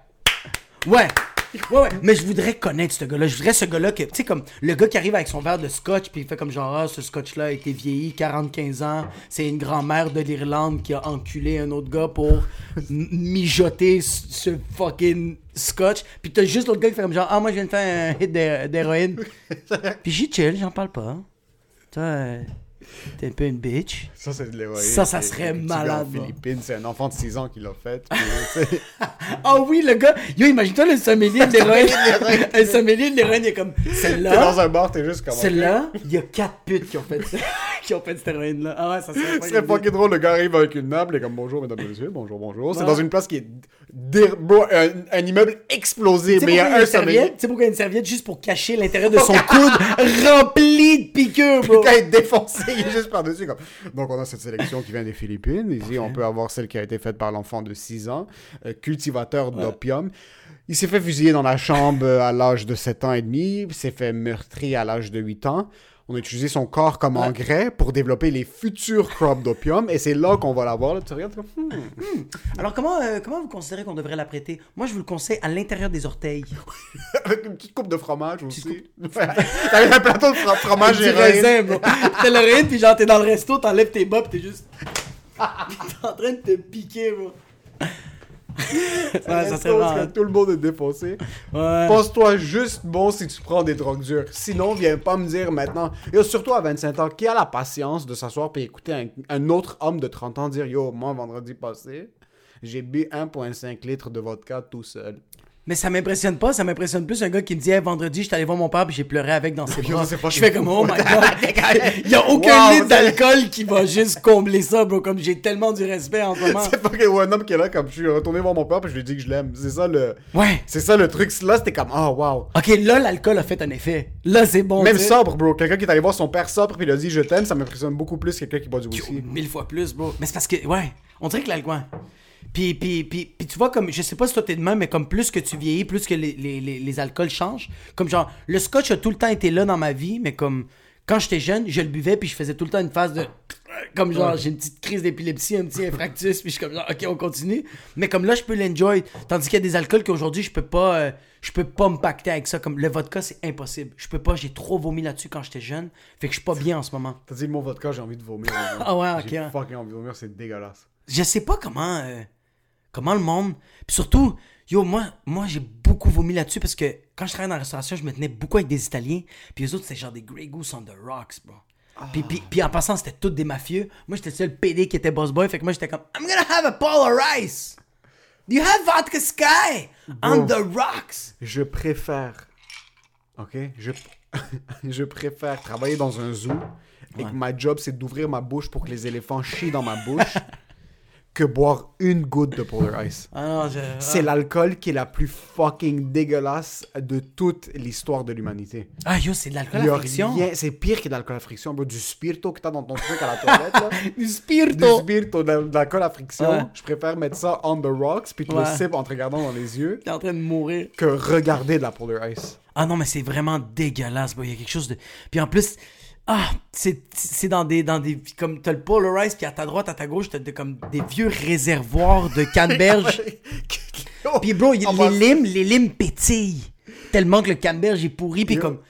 Mais je voudrais connaître ce gars-là. Je voudrais ce gars-là que, tu sais, comme le gars qui arrive avec son verre de scotch, puis il fait comme genre, ce scotch-là a été vieilli, 45 ans. C'est une grand-mère de l'Irlande qui a enculé un autre gars pour mijoter ce fucking scotch. Puis t'as juste l'autre gars qui fait comme genre, moi je viens de faire un hit d'héroïne. Puis j'y chill, j'en parle pas. Toi, t'es un peu une bitch. Ça, c'est de l'héroïne. Ça serait malade. En Philippines, c'est un enfant de 6 ans qui l'a fait. Oui, le gars. Yo, imagine-toi le sommelier de l'héroïne. Un sommelier de l'héroïne, il est comme, celle-là. T'es dans un bar, t'es juste comme... Celle-là, il y a 4 putes qui ont fait ça. qui ont fait cette héroïne-là. Ah ouais, ça serait Ce serait fucking drôle, le gars arrive avec une nappe, il est comme bonjour mesdames et messieurs, bonjour. C'est dans une place qui est bro, un immeuble explosé, mais il y a un sommeil. Tu sais pourquoi il y a une serviette juste pour cacher l'intérieur de son coude rempli de piqûres, bro. Quand il est défoncé, il est juste par-dessus. Comme... Donc, on a cette sélection qui vient des Philippines. Ici, on peut avoir celle qui a été faite par l'enfant de 6 ans, cultivateur d'opium. Il s'est fait fusiller dans la chambre à l'âge de 7 ans et demi. Il s'est fait meurtrir à l'âge de 8 ans. On a utilisé son corps comme engrais pour développer les futurs crops d'opium. Et c'est là qu'on va l'avoir. Là, tu regardes comme... Alors, comment vous considérez qu'on devrait l'apprêter? Moi, je vous le conseille à l'intérieur des orteils. Avec une petite coupe de fromage aussi. Avec un plateau de fromage et raisin, bro. T'as l'héroïne, puis genre, t'es dans le resto, t'enlèves tes bas, pis t'es juste... t'es en train de te piquer, bro. Ça serait que tout le monde est défoncé. Ouais. Pense-toi juste bon si tu prends des drogues dures. Sinon, viens pas me dire maintenant. Et surtout à 25 ans, qui a la patience de s'asseoir et écouter un autre homme de 30 ans dire yo, moi vendredi passé, j'ai bu 1,5 litres de vodka tout seul. Mais ça m'impressionne pas, ça m'impressionne plus un gars qui me dit hey, vendredi, j'étais allé voir mon père puis j'ai pleuré avec dans ses bras. Je fais comme oh my god. Il y a aucun litre d'alcool qui va juste combler ça, bro. Comme j'ai tellement du respect en ce moment. C'est pas un homme qui est là comme je suis retourné voir mon père puis je lui ai dit que je l'aime. C'est ça le. Ouais. C'est ça le truc. Là, c'était comme oh wow. Ok, là l'alcool a fait un effet. Là c'est bon. Même sobre, bro. Quelqu'un qui est allé voir son père sobre puis il a dit je t'aime, ça m'impressionne beaucoup plus que quelqu'un qui boit du whisky. 1000 fois plus, bro. Mais c'est parce que ouais, on dirait que l'alcool. Puis tu vois, comme, je sais pas si toi t'es de même, mais comme plus que tu vieillis, plus que les alcools changent. Comme genre, le scotch a tout le temps été là dans ma vie, mais comme, quand j'étais jeune, je le buvais, puis je faisais tout le temps une phase de... Comme genre, j'ai une petite crise d'épilepsie, un petit infarctus, puis je suis comme genre, ok, on continue. Mais comme là, je peux l'enjoy. Tandis qu'il y a des alcools qu'aujourd'hui, je peux pas me pacter avec ça. Comme le vodka, c'est impossible. Je peux pas, j'ai trop vomi là-dessus quand j'étais jeune. Fait que je suis pas bien en ce moment. T'as dit le mot vodka, j'ai envie de vomir. Ah ouais, ok. J'ai fucking envie de vomir, c'est dégueulasse. Je sais pas comment le monde... Puis surtout, yo, moi j'ai beaucoup vomi là-dessus parce que quand je travaillais dans la restauration, je me tenais beaucoup avec des Italiens. Puis eux autres, c'était genre des Grey Goose on the rocks, bro. Puis en passant, c'était tous des mafieux. Moi, j'étais le seul PD qui était boss boy. Fait que moi, j'étais comme, I'm gonna have a Polar Rice. Do you have vodka sky on the rocks? Je préfère... OK? Je préfère travailler dans un zoo et que ma job, c'est d'ouvrir ma bouche pour que les éléphants chient dans ma bouche que boire une goutte de Polar Ice. C'est l'alcool qui est la plus fucking dégueulasse de toute l'histoire de l'humanité. Ah yo, c'est de l'alcool à friction? C'est pire que de l'alcool à friction. Bro. Du spirito que t'as dans ton truc à la toilette. Là. Du spirito, de l'alcool à friction. Je préfère mettre ça on the rocks puis te le sip en te regardant dans les yeux. T'es en train de mourir. Que regarder de la Polar Ice. Ah non, mais c'est vraiment dégueulasse. Bro. Il y a quelque chose de... Puis en plus... Ah, c'est dans des comme t'as le Polar Ice puis à ta droite, à ta gauche, t'as comme des vieux réservoirs de canneberge. Puis bro, les limes pétillent tellement que le canneberge est pourri puis comme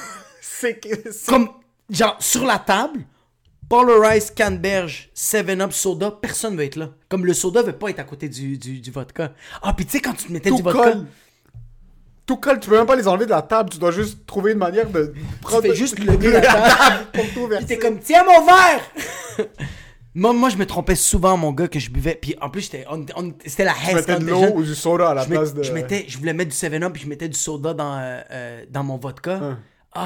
comme genre sur la table, Polar Ice, canneberge, 7-Up, soda, personne veut être là. Comme le soda veut pas être à côté du vodka. Ah, puis tu sais quand tu te mettais du vodka, tout colle, tu peux même pas les enlever de la table, tu dois juste trouver une manière de prendre... Tu fais juste lever la table pour tout verser. Puis t'es comme, tiens mon verre! moi, je me trompais souvent, mon gars, que je buvais. Puis en plus, c'était la haise. Tu mettais de l'eau ou du soda à la place de... Je voulais mettre du 7-Up, puis je mettais du soda dans mon vodka.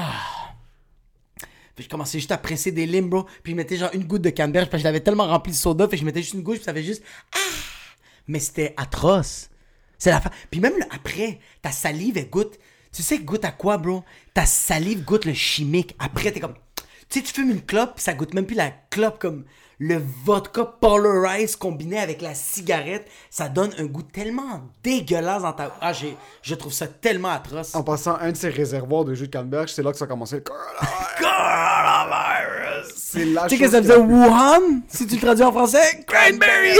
Puis je commençais juste à presser des limes, bro. Puis je mettais genre une goutte de canneberge, parce que je l'avais tellement rempli de soda, fait que je mettais juste une goutte, puis ça fait juste... Mais c'était atroce. C'est la fin. Puis même après, ta salive, elle goûte. Tu sais, goûte à quoi, bro? Ta salive goûte le chimique. Après, t'es comme. Tu sais, tu fumes une clope, puis ça goûte même plus la clope comme le vodka Polar Ice combiné avec la cigarette. Ça donne un goût tellement dégueulasse dans ta. Ah, je trouve ça tellement atroce. En passant, un de ces réservoirs de jus de canneberge, c'est là que ça a commencé le coronavirus. C'est la chose. Tu sais que ça faisait Wuhan, si tu le traduis en français? Cranberry!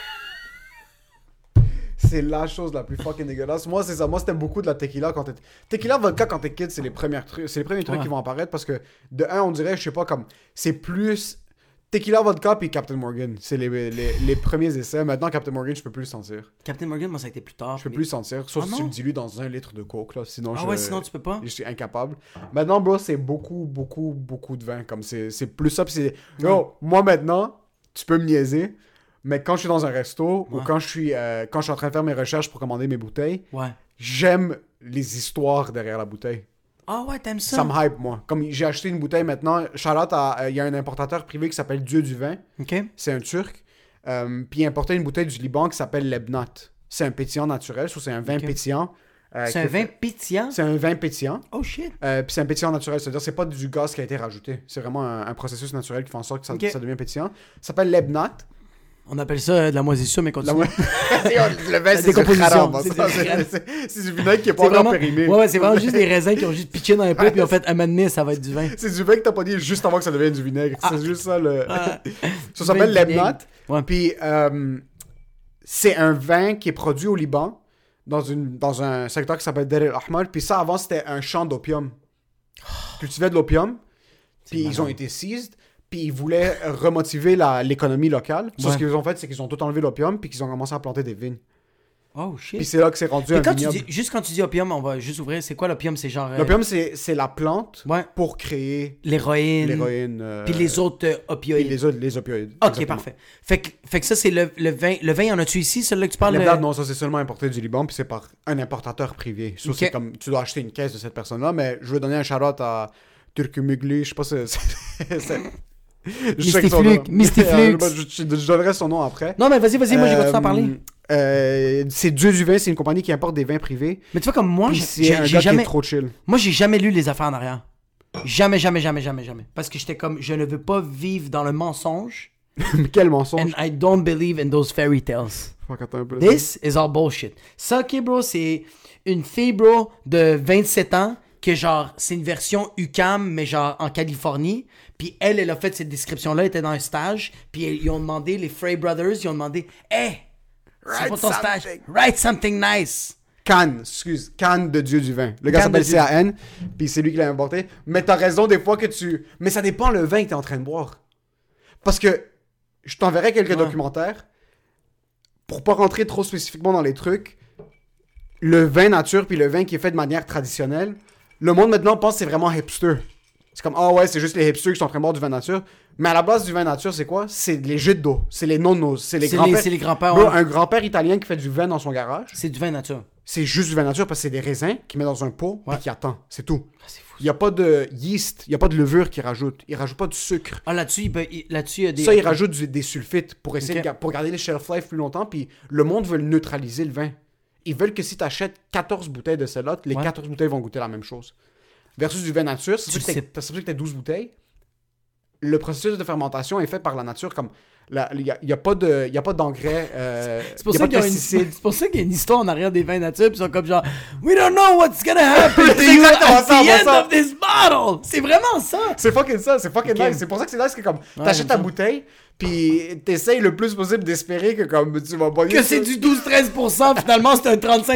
C'est la chose la plus fucking dégueulasse. Moi, c'est ça. Moi, c'était beaucoup de la tequila quand t'es... Tequila, vodka, quand t'es kid, c'est les premiers trucs qui vont apparaître parce que, de un, on dirait, je sais pas, comme... C'est plus... Tequila, vodka, puis Captain Morgan. C'est les premiers essais. Maintenant, Captain Morgan, je peux plus le sentir. Captain Morgan, moi, ça a été plus tard. Je peux plus le sentir. Sauf si tu le dilues dans 1 litre de coke, là. Sinon, sinon, tu peux pas. Je suis incapable. Maintenant, bro, c'est beaucoup de vin. Comme c'est plus ça, puis c'est... Yo, moi, maintenant, tu peux me niaiser. Mais quand je suis dans un resto ou quand je suis en train de faire mes recherches pour commander mes bouteilles, j'aime les histoires derrière la bouteille. Ah ouais, t'aimes ça? Ça me hype, moi. Comme j'ai acheté une bouteille maintenant, Charlotte, il y a un importateur privé qui s'appelle Dieu du vin. OK. C'est un Turc. Puis il importait une bouteille du Liban qui s'appelle Lebnat. C'est un pétillant naturel, c'est un vin pétillant. C'est un vin pétillant? C'est un vin pétillant. Oh shit. Puis c'est un pétillant naturel, c'est-à-dire c'est pas du gaz qui a été rajouté. C'est vraiment un processus naturel qui fait en sorte que ça devient pétillant. Ça s'appelle Lebnat. On appelle ça de la moisissure, mais continue. Le vin, c'est décomposition. C'est du vinaigre qui est pas encore périmé. Ouais, c'est vraiment juste des raisins qui ont juste pitché dans un pot puis ont fait un moment donné, ça va être du vin. C'est du vin que t'as pas dit juste avant que ça devienne du vinaigre. C'est juste ça le. Ça s'appelle Lebnat. Ouais. Puis c'est un vin qui est produit au Liban dans un secteur qui s'appelle Deir el-Ahmar. Puis ça, avant, c'était un champ d'opium. Cultivaient de l'opium. Puis ils ont été seized. Puis ils voulaient remotiver l'économie locale. Ce qu'ils ont fait, c'est qu'ils ont tout enlevé l'opium puis qu'ils ont commencé à planter des vignes. Oh shit. Puis c'est là que c'est rendu un vignoble. Juste quand tu dis opium, on va juste ouvrir. C'est quoi l'opium? C'est genre... L'opium, c'est la plante pour créer... L'héroïne. Puis les autres opioïdes. Puis les opioïdes. Ok, exactement. parfait. Fait que ça, c'est le vin. Le vin, en as-tu ici, celui-là que tu parles? Non, ça c'est seulement importé du Liban, puis c'est par un importateur privé. Ça, c'est comme, tu dois acheter une caisse de cette personne-là, mais je veux donner un shout-out à Turkumugli, je sais pas si c'est... Mystiflux. Je donnerai son nom après. Non, mais vas-y, moi j'ai continué à parler. C'est Dieu du vin, c'est une compagnie qui importe des vins privés. Mais tu vois, comme moi, j'ai un gars qui est trop chill. Moi, j'ai jamais lu les affaires en arrière. Jamais. Parce que j'étais comme, je ne veux pas vivre dans le mensonge. Quel mensonge? And I don't believe in those fairy tales. This is all bullshit. Ça, ok, bro, c'est une fille, bro, de 27 ans, que genre, c'est une version UQAM, mais genre en Californie. Puis elle a fait cette description-là, elle était dans un stage. Puis ils ont demandé, les Frey Brothers, ils ont demandé, hey, c'est pas ton stage, write something nice. Cannes de Dieu du vin. Le gars s'appelle C-A-N, puis c'est lui qui l'a inventé. Mais t'as raison des fois que tu... Mais ça dépend le vin que t'es en train de boire. Parce que je t'enverrai quelques documentaires. Pour pas rentrer trop spécifiquement dans les trucs, le vin nature puis le vin qui est fait de manière traditionnelle, le monde maintenant pense que c'est vraiment hipster. C'est comme, ah ouais, c'est juste les hipsters qui sont en train de boire du vin nature. Mais à la base du vin nature, c'est quoi? C'est les jus d'eau. C'est les nonos. C'est les grands-pères. C'est les grands-pères, Bro, un grand-père italien qui fait du vin dans son garage. C'est du vin nature. C'est juste du vin nature parce que c'est des raisins qu'il met dans un pot et qui attend. C'est tout. Ah, c'est fou. Il n'y a pas de yeast, il n'y a pas de levure qu'il rajoute. Il rajoute pas de sucre. Ah, là-dessus, il y a des... Ça, il rajoute des sulfites pour essayer pour garder les shelf life plus longtemps. Puis le monde veut neutraliser le vin. Ils veulent que si tu achètes 14 bouteilles de celle-là, les 14 bouteilles vont goûter la même chose. Versus du vin nature, c'est sûr que tu as 12 bouteilles. Le processus de fermentation est fait par la nature. Comme il n'y a pas d'engrais. C'est pour ça qu'il y a une histoire en arrière des vins nature. Puis ils sont comme genre, we don't know what's gonna happen to you at the end of this bottle. C'est vraiment ça. C'est fucking ça. C'est fucking nice. C'est pour ça que c'est nice que comme t'achètes ta bouteille. Puis t'essayes le plus possible d'espérer que comme tu vas pas... Que c'est du 12-13%, finalement c'est un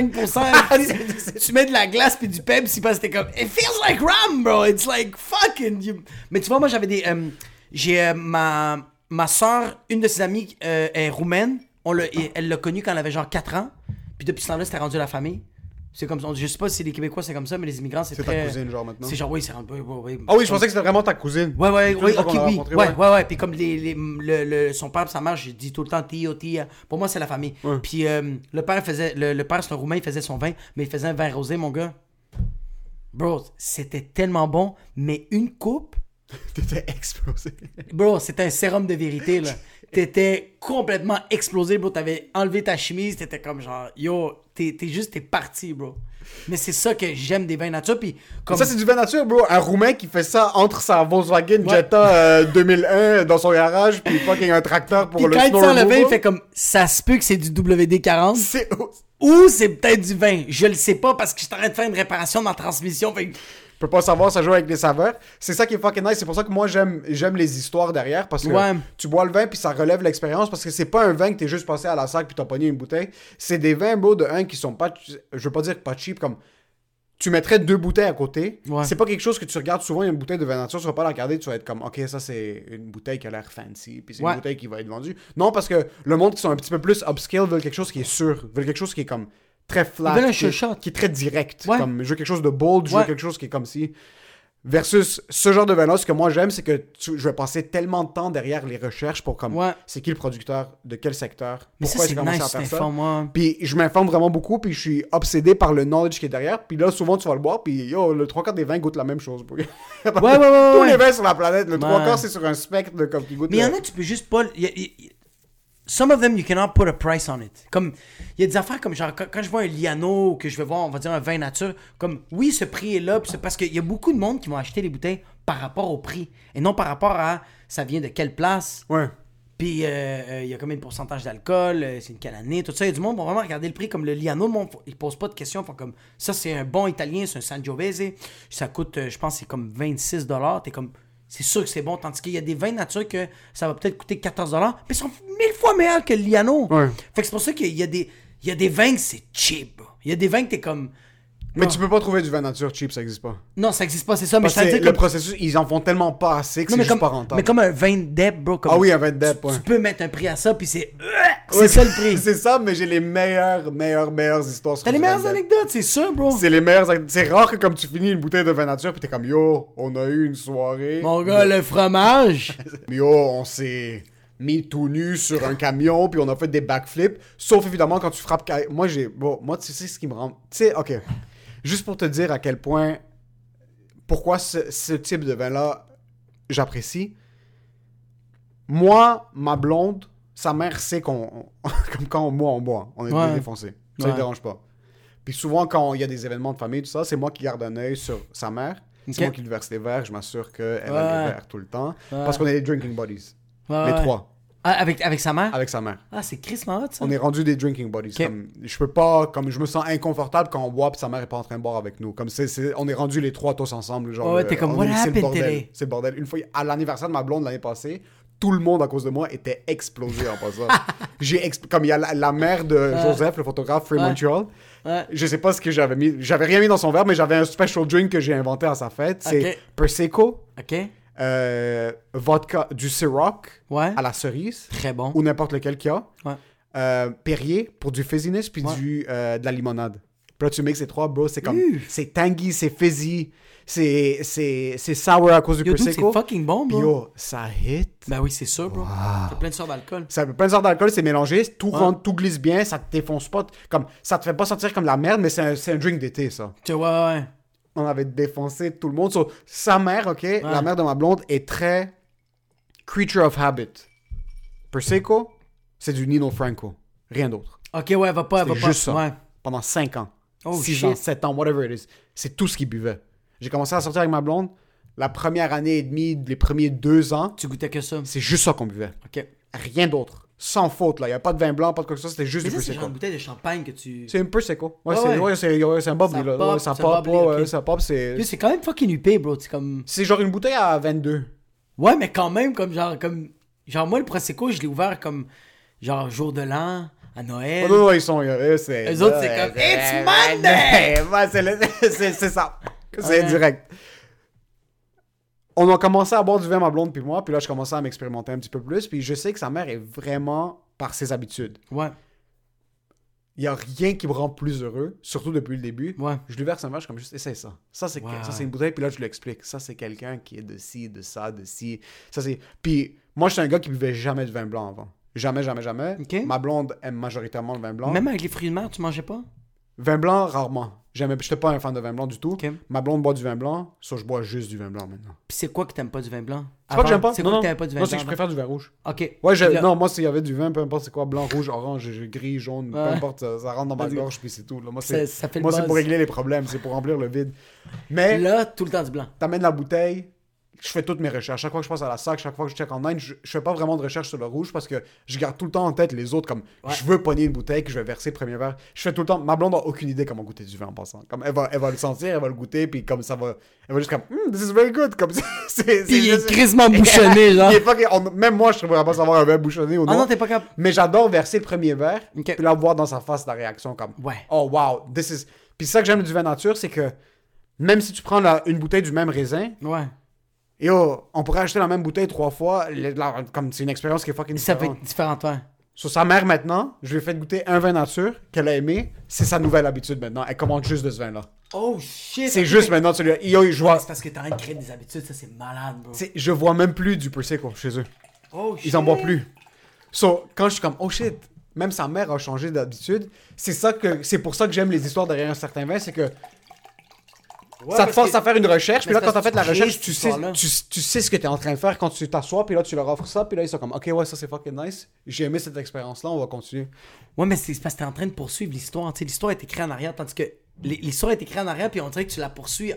35%. Tu mets de la glace puis du Pepsi parce que t'es comme... It feels like rum, bro. It's like fucking... Mais tu vois, moi j'avais des... j'ai ma soeur, une de ses amies est roumaine. Elle l'a connue quand elle avait genre 4 ans. Puis depuis ce temps-là, c'était rendu à la famille. C'est comme ça. Je sais pas si les Québécois c'est comme ça, mais les immigrants c'est très... C'est ta cousine genre maintenant. C'est genre oui, c'est un peu... Ah oui, je pensais que c'était vraiment ta cousine. Ouais, ok, oui. Ouais. Puis comme son père et sa mère, j'ai dit tout le temps Tio, Tia. Pour moi, c'est la famille. Ouais. Puis le père c'est un Roumain, il faisait son vin, mais il faisait un vin rosé, mon gars. Bro, c'était tellement bon, mais une coupe... T'étais explosé. Bro, c'était un sérum de vérité, là. T'étais complètement explosé, bro. T'avais enlevé ta chemise, t'étais comme genre, yo, t'es parti, bro. Mais c'est ça que j'aime des vins nature, puis comme... Ça, c'est du vin nature, bro. Un Roumain qui fait ça entre sa Volkswagen Jetta 2001 dans son garage, puis fucking un tracteur pour le snow removal. Puis quand il sent le vin, il fait comme, ça se peut que c'est du WD-40. Ou c'est peut-être du vin. Je le sais pas parce que je suis en train de faire une réparation de ma transmission, fait peux pas savoir, ça joue avec les saveurs. C'est ça qui est fucking nice. C'est pour ça que moi, j'aime les histoires derrière. Parce que tu bois le vin, puis ça relève l'expérience. Parce que c'est pas un vin que t'es juste passé à la sac, puis t'as pogné une bouteille. C'est des vins, bro, de un qui sont pas... Je veux pas dire pas cheap, comme... Tu mettrais 2 bouteilles à côté. Ouais. C'est pas quelque chose que tu regardes souvent, une bouteille de vin nature. Tu vas pas la regarder, tu vas être comme, OK, ça, c'est une bouteille qui a l'air fancy. Puis c'est une bouteille qui va être vendue. Non, parce que le monde qui sont un petit peu plus upscale veulent quelque chose qui est sûr. Veulent quelque chose qui est comme... très flat, qui est très direct. Ouais. Comme, je veux quelque chose de bold, je veux quelque chose qui est comme si... Versus ce genre de vin-là, ce que moi j'aime, c'est que je vais passer tellement de temps derrière les recherches pour comme c'est qui le producteur, de quel secteur, mais pourquoi ça, est-ce qu'il a commencé à faire ça. Moi. Puis je m'informe vraiment beaucoup, puis je suis obsédé par le knowledge qui est derrière. Puis là, souvent tu vas le boire, puis yo, le 3/4 des vins goûtent la même chose. Tous les vins sur la planète, le 3/4 c'est sur un spectre de comme qui goûte. Mais il y en a, tu peux juste pas. Some of them, you cannot put a price on it. Comme, il y a des affaires comme genre, quand je vois un Liano ou que je vais voir, on va dire un vin nature, comme, oui, ce prix est là, puis c'est parce qu'il y a beaucoup de monde qui vont acheter les bouteilles par rapport au prix et non par rapport à ça vient de quelle place. Ouais. Puis, il y a combien de pourcentage d'alcool, c'est une quelle année, tout ça. Il y a du monde qui va vraiment regarder le prix comme le Liano. Le monde, ils posent pas de questions. Font comme, ça, c'est un bon italien, c'est un Sangiovese. Ça coûte, je pense, c'est comme $26. T'es comme. C'est sûr que c'est bon, tandis qu'il y a des vins nature que ça va peut-être coûter $14, mais ils sont 1000 fois meilleurs que le Liano. Ouais. Fait que c'est pour ça qu'il y a des vins que c'est cheap. Bro. Il y a des vins que t'es comme... Mais tu peux pas trouver du vin nature cheap, ça existe pas. Non, ça existe pas, c'est ça. Mais parce que le comme... processus, ils en font tellement pas assez que c'est juste pas rentable. Mais comme un vin d'Eb, bro. Comme ah oui, un vin d'Eb, ouais. Tu peux mettre un prix à ça, puis c'est... C'est ça le prix. C'est ça, mais j'ai les meilleures histoires sur T'as les meilleures anecdotes, c'est sûr, bro. C'est rare que comme tu finis une bouteille de vin nature, puis t'es comme, yo, on a eu une soirée. Mon gars, le fromage. Yo, on s'est mis tout nu sur un camion, puis on a fait des backflips. Sauf évidemment quand tu frappes... Moi, tu sais ce qui me rend... Tu sais, ok... Juste pour te dire à quel point, pourquoi ce type de vin-là, j'apprécie. Moi, ma blonde, sa mère sait qu'on... comme quand moi, on boit. On est défoncé. Ça ne dérange pas. Puis souvent, quand il y a des événements de famille, tout ça, c'est moi qui garde un œil sur sa mère. C'est moi qui lui verse les verres. Je m'assure qu'elle a les verres tout le temps. Parce qu'on est des drinking buddies. Les trois. Ah, avec sa mère? Avec sa mère. Ah, c'est crissement hot, ça. On est rendu des drinking buddies. Okay. Comme, je peux pas... Comme je me sens inconfortable quand on boit et sa mère est pas en train de boire avec nous. Comme on est rendu les trois tous ensemble. Genre, t'es comme, what happened today? C'est le bordel. Une fois, à l'anniversaire de ma blonde l'année passée, tout le monde à cause de moi était explosé en passant. Comme il y a la mère de Joseph, le photographe Free Montreal. Je sais pas ce que j'avais mis. J'avais rien mis dans son verre, mais j'avais un special drink que j'ai inventé à sa fête. C'est Prosecco. OK. Vodka, du Ciroc à la cerise. Très bon. Ou n'importe lequel qu'il y a. Ouais. Perrier pour du fizziness, puis de la limonade. Puis là, tu mixes ces trois, bro, c'est comme... C'est tangy, c'est fizzy, c'est sour à cause du Prosecco. C'est fucking bon, bro. Yo, ça hit. Ben oui, c'est sûr, bro. C'est plein de sortes d'alcool. Plein de sortes d'alcool, c'est mélangé, tout rentre, tout glisse bien, ça te défonce pas. Comme, ça te fait pas sentir comme la merde, mais c'est un drink d'été, ça. Tu vois, ouais. On avait défoncé tout le monde. So, sa mère, ok, la mère de ma blonde, est très creature of habit. Prosecco, c'est du Nino Franco. Rien d'autre. Ok, ouais, va pas. Juste ça. Ouais. Pendant 5 ans. 6 shit. ans, 7 ans, whatever it is. C'est tout ce qu'il buvait. J'ai commencé à sortir avec ma blonde. La première année et demie, les premiers 2 ans. Tu goûtais que ça? C'est juste ça qu'on buvait. Ok. Rien d'autre. Sans faute, là. Il n'y a pas de vin blanc, pas de quoi que ce soit. C'était juste du Prosecco. C'est genre une bouteille de champagne que tu... C'est un Prosecco. Ouais, c'est un Ça bubbly, là. pop, Ça ça pop, bubbly, ok. ça pop, c'est... C'est quand même fucking huppé, bro. C'est comme... C'est genre une bouteille à 22. Ouais, mais quand même, Genre, moi, le Prosecco, je l'ai ouvert comme... Genre, jour de l'an, à Noël. Oh, non, ils sont... Eux autres, c'est comme... It's Monday! Ouais, c'est ça. C'est direct. On a commencé à boire du vin, ma blonde puis moi, puis là, je commençais à m'expérimenter un petit peu plus, puis je sais que sa mère est vraiment par ses habitudes. Ouais. Il n'y a rien qui me rend plus heureux, surtout depuis le début. Ouais. Je lui verse un verre, je suis comme juste, essaye ça. Ça, c'est une bouteille, puis là, je lui explique. Ça, c'est quelqu'un qui est de ci, de ça, de ci. Ça, c'est... Puis moi, je suis un gars qui buvait jamais de vin blanc avant. Jamais. Okay. Ma blonde aime majoritairement le vin blanc. Même avec les fruits de mer, tu mangeais pas? Vin blanc, rarement. Je n'étais pas un fan de vin blanc du tout. Okay. Ma blonde boit du vin blanc, ça, je bois juste du vin blanc maintenant. Puis c'est quoi que t'aimes pas du vin blanc? C'est pas que j'aime pas. C'est quoi que t'aimes pas du vin blanc? Non, c'est que je préfère du vin rouge. Ok. Ouais, non, moi, s'il y avait du vin, peu importe c'est quoi, blanc, rouge, orange, gris, jaune, peu importe, ça rentre dans ma gorge, puis c'est tout. Là. Moi, c'est pour régler les problèmes, c'est pour remplir le vide. Mais là, tout le temps du blanc. T'amènes la bouteille, je fais toutes mes recherches. Chaque fois que je passe à la sac, chaque fois que je check en ligne, je fais pas vraiment de recherche sur le rouge parce que je garde tout le temps en tête les autres. Comme je veux pogner une bouteille que je vais verser premier verre. Je fais tout le temps. Ma blonde a aucune idée comment goûter du vin en passant. Comme elle va le sentir, elle va le goûter, puis comme ça va. Elle va juste comme this is very good. Comme c'est il est crissement bouchonné, genre. Même moi, je ne pourrais pas savoir un verre bouchonné ou non. Ah non, t'es pas capable. Mais j'adore verser le premier verre, Okay. puis là voir dans sa face la réaction comme oh wow, this is. Puis ça que j'aime du vin nature, c'est que même si tu prends une bouteille du même raisin. Ouais. Et on pourrait acheter la même bouteille 3 fois, comme c'est une expérience qui est fucking différente. Ça fait différent, toi. Sur sa mère, maintenant, je lui ai fait goûter un vin nature qu'elle a aimé. C'est sa nouvelle habitude maintenant. Elle commande juste de ce vin-là. Oh shit! C'est juste maintenant celui-là. Yo, je vois... C'est parce que t'es en train de créer des habitudes, ça c'est malade, bro. Je vois même plus du Prosecco chez eux. Oh shit! Ils en boivent plus. So, quand je suis comme, oh shit, même sa mère a changé d'habitude. C'est pour ça que j'aime les histoires derrière un certain vin, c'est que ça te force à faire une recherche, puis là, quand t'as fait la recherche, tu sais ce que t'es en train de faire quand tu t'assois, puis là, tu leur offres ça, puis là, ils sont comme, ok, ouais, ça c'est fucking nice. J'ai aimé cette expérience-là, on va continuer. Ouais, mais c'est parce que t'es en train de poursuivre l'histoire. Tu sais, l'histoire est écrite en arrière, tandis que l'histoire est écrite en arrière, puis on dirait que tu la poursuis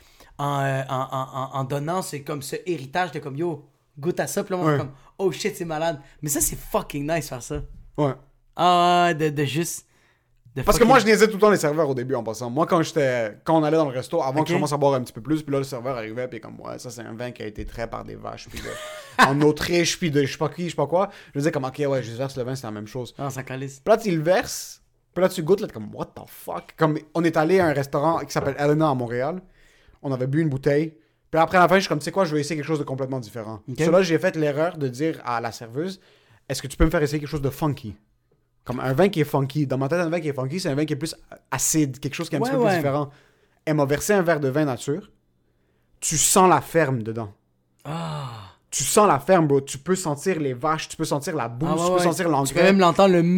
en donnant comme ce héritage de comme, yo, goûte à ça, puis là, on est comme, oh shit, c'est malade. Mais ça, c'est fucking nice faire ça. Ouais. Ah, de juste. Parce que moi, je niaisais tout le temps les serveurs au début en passant. Moi, quand on allait dans le resto, avant que je commence à boire un petit peu plus, puis là, le serveur arrivait, puis comme, ouais, ça, c'est un vin qui a été trait par des vaches, puis en Autriche, puis de je sais pas qui, je sais pas quoi. Je disais comme, ok, ouais, je verse le vin, c'est la même chose. Ah, ça calisse. Puis là, tu le verses, puis là, tu goûtes, là, t'es comme, what the fuck? Comme, on est allé à un restaurant qui s'appelle Elena à Montréal. On avait bu une bouteille. Puis après, à la fin, je suis comme, tu sais quoi, je vais essayer quelque chose de complètement différent. Okay. Là, j'ai fait l'erreur de dire à la serveuse, est-ce que tu peux me faire essayer quelque chose de funky? Comme un vin qui est funky. Dans ma tête, un vin qui est funky, c'est un vin qui est plus acide, quelque chose qui est un petit peu plus différent. Elle m'a versé un verre de vin nature. Tu sens la ferme dedans. Ah. Tu sens la ferme, bro. Tu peux sentir les vaches, tu peux sentir la bouse, tu peux sentir l'engrais. Tu peux même l'entendre le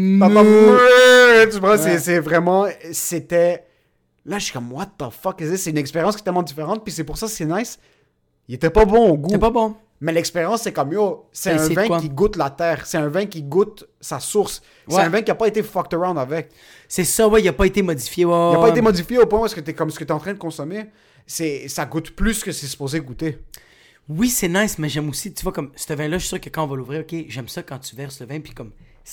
tu vois, c'est vraiment... C'était... Là, je suis comme, what the fuck is this? C'est une expérience qui est tellement différente, puis c'est pour ça que c'est nice. Il était pas bon au goût. C'est pas bon. Mais l'expérience, c'est comme, yo, c'est un vin qui goûte la terre. C'est un vin qui goûte sa source. C'est un vin qui a pas été fucked around avec. C'est ça, ouais, il a pas été modifié. Ouais, il a pas été modifié au point où est-ce que t'es comme ce que t'es en train de consommer. Ça goûte plus que c'est supposé goûter. Oui, c'est nice, mais j'aime aussi, tu vois, comme, ce vin-là, je suis sûr que quand on va l'ouvrir, ok, j'aime ça quand tu verses le vin, puis comme,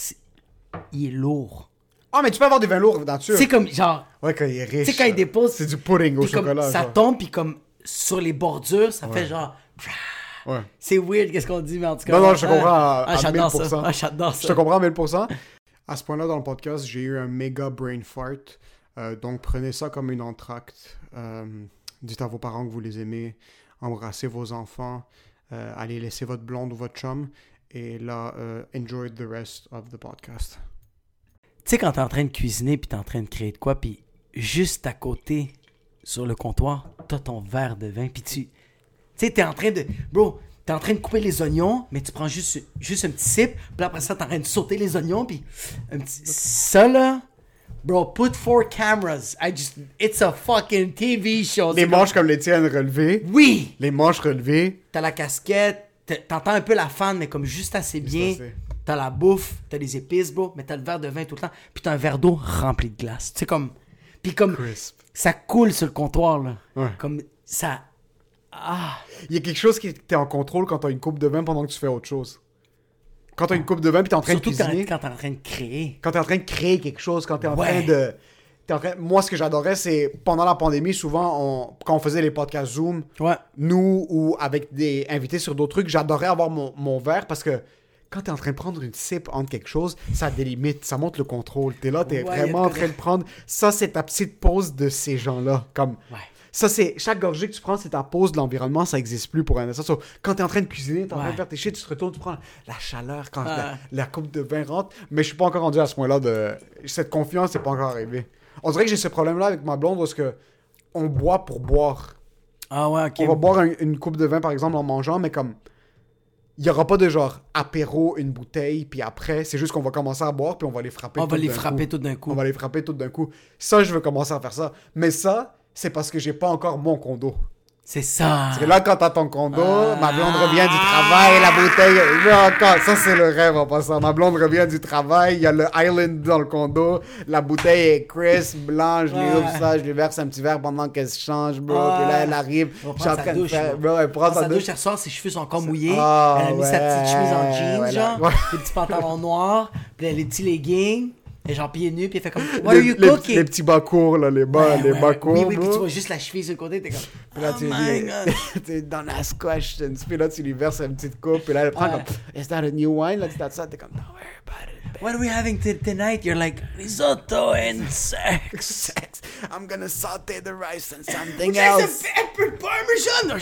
il est lourd. Ah, mais tu peux avoir des vins lourds nature. C'est comme, genre... Ouais, quand il est riche. Tu sais, quand il dépose... C'est du pudding au chocolat. Comme, ça tombe, puis comme, sur les bordures, ça fait genre... Ouais. C'est weird, qu'est-ce qu'on dit, mais en tout cas... Non, je te comprends à j'adore 1000%. ça. J'adore ça. Je te comprends à 1000%. À ce point-là, dans le podcast, j'ai eu un méga brain fart. Donc, prenez ça comme une entracte. Dites à vos parents que vous les aimez. Embrassez vos enfants. Allez laisser votre blonde ou votre chum. Et là, enjoy the rest of the podcast. Tu sais, quand t'es en train de cuisiner, puis t'es en train de créer de quoi, puis juste à côté, sur le comptoir, t'as ton verre de vin, puis tu sais, t'es en train de... Bro, t'es en train de couper les oignons, mais tu prends juste un petit sip, puis après ça, t'es en train de sauter les oignons, puis un petit... Ça, là... Bro, put 4 cameras. It's a fucking TV show. Les manches comme les tiennes relevées. Oui! Les manches relevées. T'as la casquette, t'entends un peu la fan, mais comme juste assez bien. T'as la bouffe, t'as les épices, bro, mais t'as le verre de vin tout le temps. Puis t'as un verre d'eau rempli de glace. Tu sais, comme... Puis comme... Crisp. Ça coule sur le comptoir, là. Ouais. Comme ça... Ah! Il y a quelque chose qui t'es en contrôle quand t'as une coupe de vin pendant que tu fais autre chose. Quand t'as une coupe de vin puis t'es en train de cuisiner. Surtout quand t'es en train de créer. Quand t'es en train de créer quelque chose, quand t'es en train de... Moi, ce que j'adorais, c'est pendant la pandémie, souvent, quand on faisait les podcasts Zoom, nous ou avec des invités sur d'autres trucs, j'adorais avoir mon verre parce que quand t'es en train de prendre une sip entre quelque chose, ça délimite, ça montre le contrôle. T'es là, t'es vraiment en train de prendre... Ça, c'est ta petite pause de ces gens-là. Comme... Ça, c'est... Chaque gorgée que tu prends, c'est ta pause de l'environnement, ça n'existe plus pour un instant. Quand t'es en train de cuisiner, t'es en train de faire tes shit, tu te retournes, tu prends la chaleur quand la coupe de vin rentre. Mais je suis pas encore rendu à ce point-là de... Cette confiance n'est pas encore arrivée. On dirait que j'ai ce problème-là avec ma blonde parce que on boit pour boire. Ah ouais, ok. On va boire une coupe de vin, par exemple, en mangeant, mais comme... Il n'y aura pas de genre apéro, une bouteille, puis après, c'est juste qu'on va commencer à boire, puis on va les frapper tout d'un coup. On va les frapper tout d'un coup. Ça, je veux commencer à faire ça. Mais ça, c'est parce que j'ai pas encore mon condo. C'est ça. Parce que là, quand t'as ton condo, ma blonde revient du travail, la bouteille... Ça, c'est le rêve en passant. Ma blonde revient du travail, il y a le island dans le condo, la bouteille est crisp, blanche, je lui ouvre ça, je lui verse un petit verre pendant qu'elle se change, bro. Puis là, elle arrive, je suis en train de faire... Bro, elle prend sa douche. Elle ressort, ses cheveux sont encore mouillés. Elle a mis sa petite chemise en jeans, genre, des petits pantalons noirs, puis elle a les petits leggings. Et genre pieds nus, puis elle fait comme What are you cooking? Les petits bas courts, là, les bas courts. Oui, puis tu vois juste la cheville sur le côté, t'es comme puis là, tu dans la question. Puis là, tu lui verses une petite coupe, puis là, elle prend comme Is that a new wine? Là, tu t'as ça, t'es comme Don't worry about it. What are we having tonight? You're like risotto and sex. I'm gonna saute the rice and something else. There's a pepper parmesan or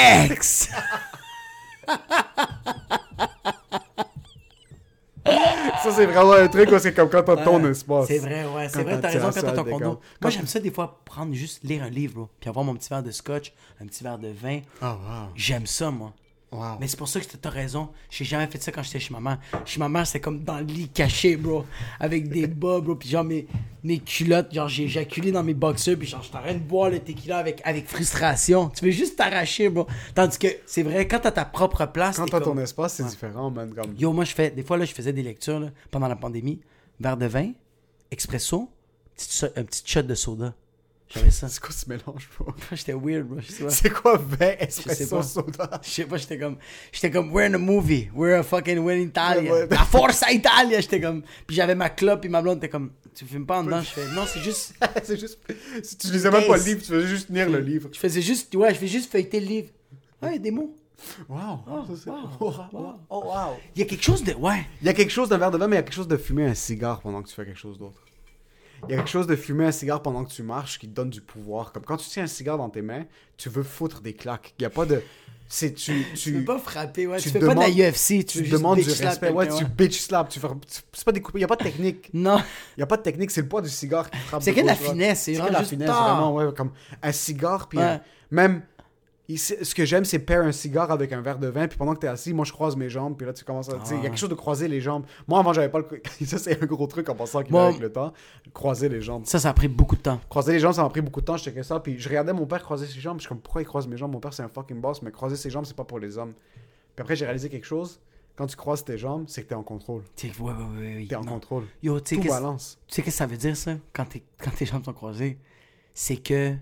sex? Ça, c'est vraiment un truc, c'est comme quand t'as ton espace. C'est vrai, ouais. C'est Quand vrai, t'as t'as raison ça, quand t'as ton t'es condo. comme- Moi, j'aime ça des fois prendre juste lire un livre, bro, puis avoir mon petit verre de scotch, un petit verre de vin. Oh, wow. J'aime ça, moi. Wow. Mais c'est pour ça que t'as raison. J'ai jamais fait ça quand j'étais chez ma mère. Chez ma mère, c'était comme dans le lit caché, bro. Avec des bas, bro. Puis genre mes culottes, genre j'ai éjaculé dans mes boxers. Puis genre, je t'arrête de boire le tequila avec frustration. Tu veux juste t'arracher, bro. Tandis que c'est vrai, quand t'as ta propre place. Quand t'es t'as comme... ton espace, c'est différent, man. Comme... Yo, moi, des fois, là, je faisais des lectures là, pendant la pandémie. Verre de vin, expresso, un petit shot de soda. J'avais ça. C'est quoi ce mélange, bro? J'étais weird, bro. Je sais pas. C'est quoi 20 sais espresso pas. soda? Je sais pas, j'étais comme, we're in a movie, we're in Italia, Ouais. la Forza Italia, j'étais comme, puis j'avais ma clope, puis ma blonde était comme, tu fumes pas en dedans, je fais, non, c'est juste, C'est juste... Si tu lisais même pas le livre, tu faisais juste lire le livre. je fais juste feuilleter le livre. Ouais, il y a des mots. Wow. Ça, c'est- wow. Oh, wow. Il y a quelque chose de, ouais. Il y a quelque chose d'un verre de vin, mais il y a quelque chose de fumer un cigare pendant que tu fais quelque chose d'autre. Il y a quelque chose de fumer un cigare pendant que tu marches qui te donne du pouvoir. Comme quand tu tiens un cigare dans tes mains, tu veux foutre des claques. Il n'y a pas de... C'est... Tu veux pas frapper, ouais, tu fais demandes- pas de la UFC, tu veux juste demandes du bitch slap respect. Ouais, quelqu'un, tu bitch slap. C'est pas découpé. Il n'y a pas de technique. Non, Il n'y a pas de technique. C'est le poids du cigare qui frappe. c'est que de la gauche, droite. finesse, c'est C'est que vraiment de la juste finesse, tard. vraiment, ouais. Comme un cigare, puis Ouais. même... Ce que j'aime, c'est pair un cigare avec un verre de vin, puis pendant que t'es assis, moi je croise mes jambes, puis là tu commences à. Tu sais, il y a quelque chose de croiser les jambes. Moi avant, j'avais pas le. Ça, c'est un gros truc en passant qui Moi- vient avec le temps. Croiser les jambes. Ça a pris beaucoup de temps. Croiser les jambes, ça m'a pris beaucoup de temps, je checkais ça, puis je regardais mon père croiser ses jambes, je suis comme, pourquoi il croise mes jambes? Mon père, c'est un fucking boss, mais croiser ses jambes, c'est pas pour les hommes. Puis après, j'ai réalisé quelque chose. Quand tu croises tes jambes, c'est que t'es en contrôle. Ouais. T'es en Non. contrôle. Yo, tu sais Tout qu'est-ce balance. tu sais qu'est-ce que ça veut dire, ça, quand tes jambes sont croisées? C'est que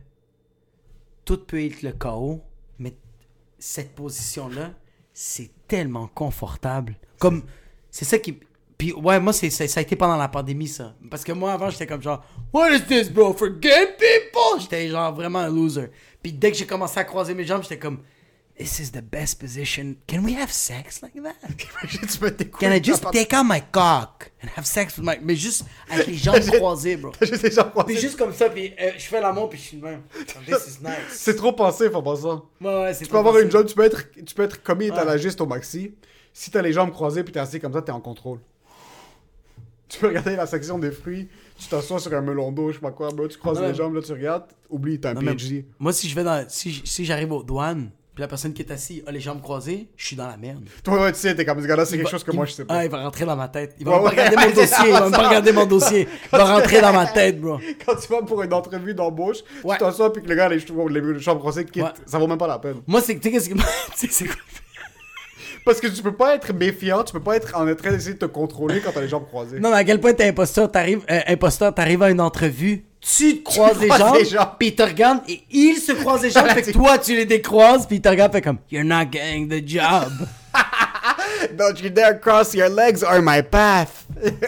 tout peut être le chaos, mais cette position-là, c'est tellement confortable. Comme, c'est ça qui... Puis, ouais, moi, ça a été pendant la pandémie, ça. Parce que moi, avant, j'étais comme genre, what is this, bro? For gay people? J'étais genre vraiment un loser. Puis dès que j'ai commencé à croiser mes jambes, j'étais comme, this is the best position. Can we have sex like that? Tu peux t'écouter. Can I just take out my cock and have sex with my... Mais juste avec les jambes croisées, bro. T'as juste les jambes Puis croisées. juste comme ça, puis je fais l'amour, puis je suis de même. This is nice. C'est trop pensé, faut pas ça. Ouais, c'est Tu peux avoir une job, tu peux être commis étalagiste au maxi. Si t'as les jambes croisées puis t'es assis comme ça, t'es en contrôle. Tu peux regarder la section des fruits, tu t'assois sur un melon d'eau, je sais pas quoi, bro, tu croises Non, les mais- jambes, là tu regardes, oublie, t'as un Non, mais- PhD. Moi, si je vais dans... Si j'arrive aux douanes, puis la personne qui est assise a les jambes croisées, je suis dans la merde. Toi, ouais, tu sais, t'es comme ce gars-là, c'est quelque chose que moi je sais pas. Ah, il va rentrer dans ma tête. Il va Ouais, même pas ouais. regarder mon dossier. Il va même pas regarder mon dossier. Il va rentrer dans ma tête, bro. Quand tu vas pour une entrevue d'embauche, Ouais. tu t'assois puis que le gars, les jambes croisées quitte, Ouais. ça vaut même pas la peine. Moi, c'est que... Tu sais, qu'est-ce que... Tu sais, c'est quoi? Parce que tu peux pas être méfiant, tu peux pas être en train d'essayer de te contrôler quand t'as les jambes croisées. Non, mais à quel point t'es imposteur, t'arrive à une entrevue, tu te croises les croises les jambes, jambes. puis il te regarde, et il se croise les jambes, fait que toi, tu les décroises, puis il te regarde, fait comme, you're not getting the job. Don't you dare cross your legs or my path.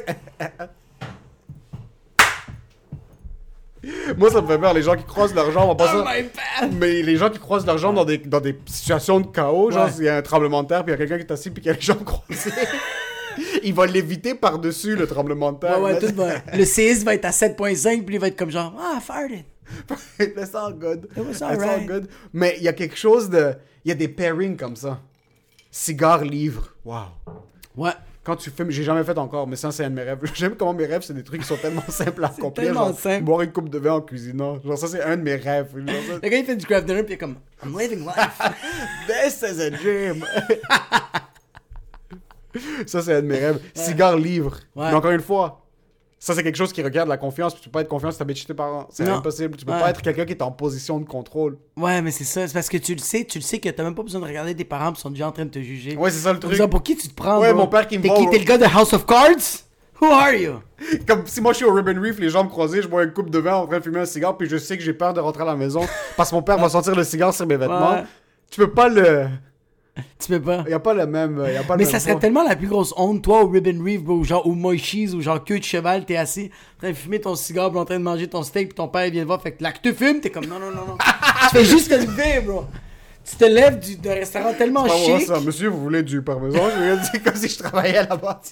Moi, ça me fait peur, les gens qui croisent leurs jambes en Oh passant. my bad. Mais les gens qui croisent leurs jambes dans des situations de chaos, genre Ouais. s'il y a un tremblement de terre, puis il y a quelqu'un qui est assis, puis qui a les jambes croisées, il va l'éviter par-dessus le tremblement de terre. Ouais, Là, tout va... Le CS va être à 7.5, puis il va être comme genre, I farted. It's all good. It was It's all all right. good. Mais il y a quelque chose de... Il y a des pairings comme ça. Cigare, livre. Wow. Ouais. Quand tu fumes, j'ai jamais fait encore, mais ça, c'est un de mes rêves. J'aime comment mes rêves, c'est des trucs qui sont tellement simples à accomplir. tellement Genre, simple. boire une coupe de vin en cuisinant. Genre, ça, c'est un de mes rêves. Genre, Le gars, il fait du craft dinner, puis il est comme, I'm living life. This is a dream. Ça, c'est un de mes rêves. Cigare, livre. Ouais. Mais encore une fois, ça, c'est quelque chose qui requiert de la confiance. Puis tu peux pas être confiant si t'as bitché tes parents. C'est Non. impossible. Tu peux Ouais. pas être quelqu'un qui est en position de contrôle. Ouais, mais c'est ça. C'est parce que tu le sais que t'as même pas besoin de regarder tes parents, puis ils sont déjà en train de te juger. Ouais, c'est ça le Comme truc. ça, pour qui tu te prends, Ouais, bro? mon père qui me T'es voit qui? au- T'es le gars de House of Cards? Who are you? Comme si moi je suis au Ribbon Reef, les jambes croisées, je bois une coupe de vin en train de fumer un cigare, puis je sais que j'ai peur de rentrer à la maison parce que mon père va sentir le cigare sur mes vêtements. Ouais. Tu peux pas le. Tu peux pas. Y a pas le même. Y a pas le Mais même ça serait poids. tellement la plus grosse honte, toi, au Ribbon Reef, bro, genre au Moïchis, ou genre queue de cheval, t'es assis, en train de fumer ton cigare, bro, en train de manger ton steak, puis ton père il vient te voir, fait que là que tu fumes, t'es comme non. Tu fais juste te lever, bro. Tu te lèves d'un restaurant tellement Pas moi, chic. ça. Monsieur, vous voulez du parmesan? Je vais dire comme si je travaillais là-bas.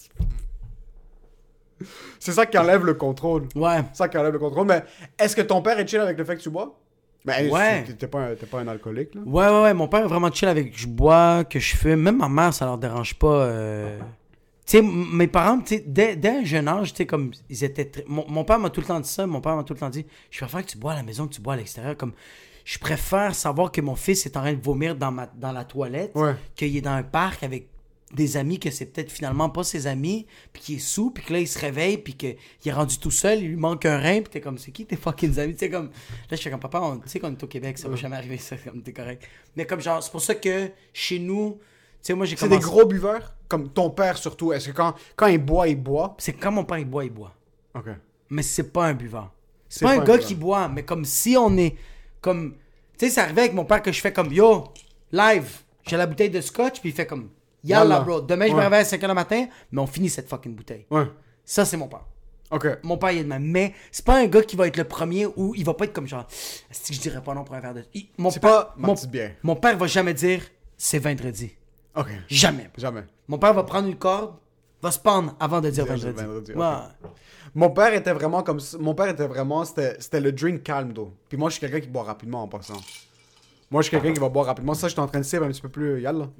C'est ça qui enlève le contrôle. Ouais. C'est ça qui enlève le contrôle. Mais est-ce que ton père est chill avec le fait que tu bois? Ben, Ouais. T'es pas un alcoolique, là. Ouais, mon père est vraiment chill avec que je bois, que je fume. Même ma mère, ça leur dérange pas. Tu Tu sais, mes parents, tu sais, dès un jeune âge, tu sais, comme, ils étaient... Mon père m'a tout le temps dit ça. Mon père m'a tout le temps dit, je préfère que tu bois à la maison que tu bois à l'extérieur. Comme, je préfère savoir que mon fils est en train de vomir dans la toilette, qu'il est dans un parc avec des amis que c'est peut-être finalement pas ses amis, puis qu'il est sous, puis que là, il se réveille, puis qu'il est rendu tout seul, il lui manque un rein, puis t'es comme, c'est qui tes fucking amis? Tu sais, comme, là, je suis comme, papa, tu sais qu'on est au Québec, ça va jamais arriver, ça, comme, t'es correct. Mais comme, genre, c'est pour ça que, chez nous, tu sais, moi, j'ai commencé... C'est des gros buveurs? Comme ton père, surtout. Est-ce que quand il boit, il boit? C'est quand mon père, il boit. OK. Mais c'est pas un buveur. C'est pas un gars qui boit, mais comme si on est, comme, tu sais, ça arrivait avec mon père que je fais comme, yo, live, j'ai la bouteille de scotch, puis il fait comme... Yalla, bro. Demain, je me réveille à 5h le matin, mais on finit cette fucking bouteille. Ouais. Ça, c'est mon père. OK. Mon père, il est de même. Mais c'est pas un gars qui va être le premier ou il va pas être comme genre, est-ce que je dirais pas non pour un verre de... C'est pas ma petite bière. Mon père va jamais dire, c'est vendredi. OK. Jamais. Mon père va prendre une corde, va se pendre avant de dire vendredi. Okay. Mon père était vraiment comme ça. Mon père était vraiment... C'était le drink calme, d'eau. Puis moi, je suis quelqu'un qui boit rapidement en passant. Moi, je suis quelqu'un qui va boire rapidement. Ça, je suis en train de save un petit peu plus... Yalla.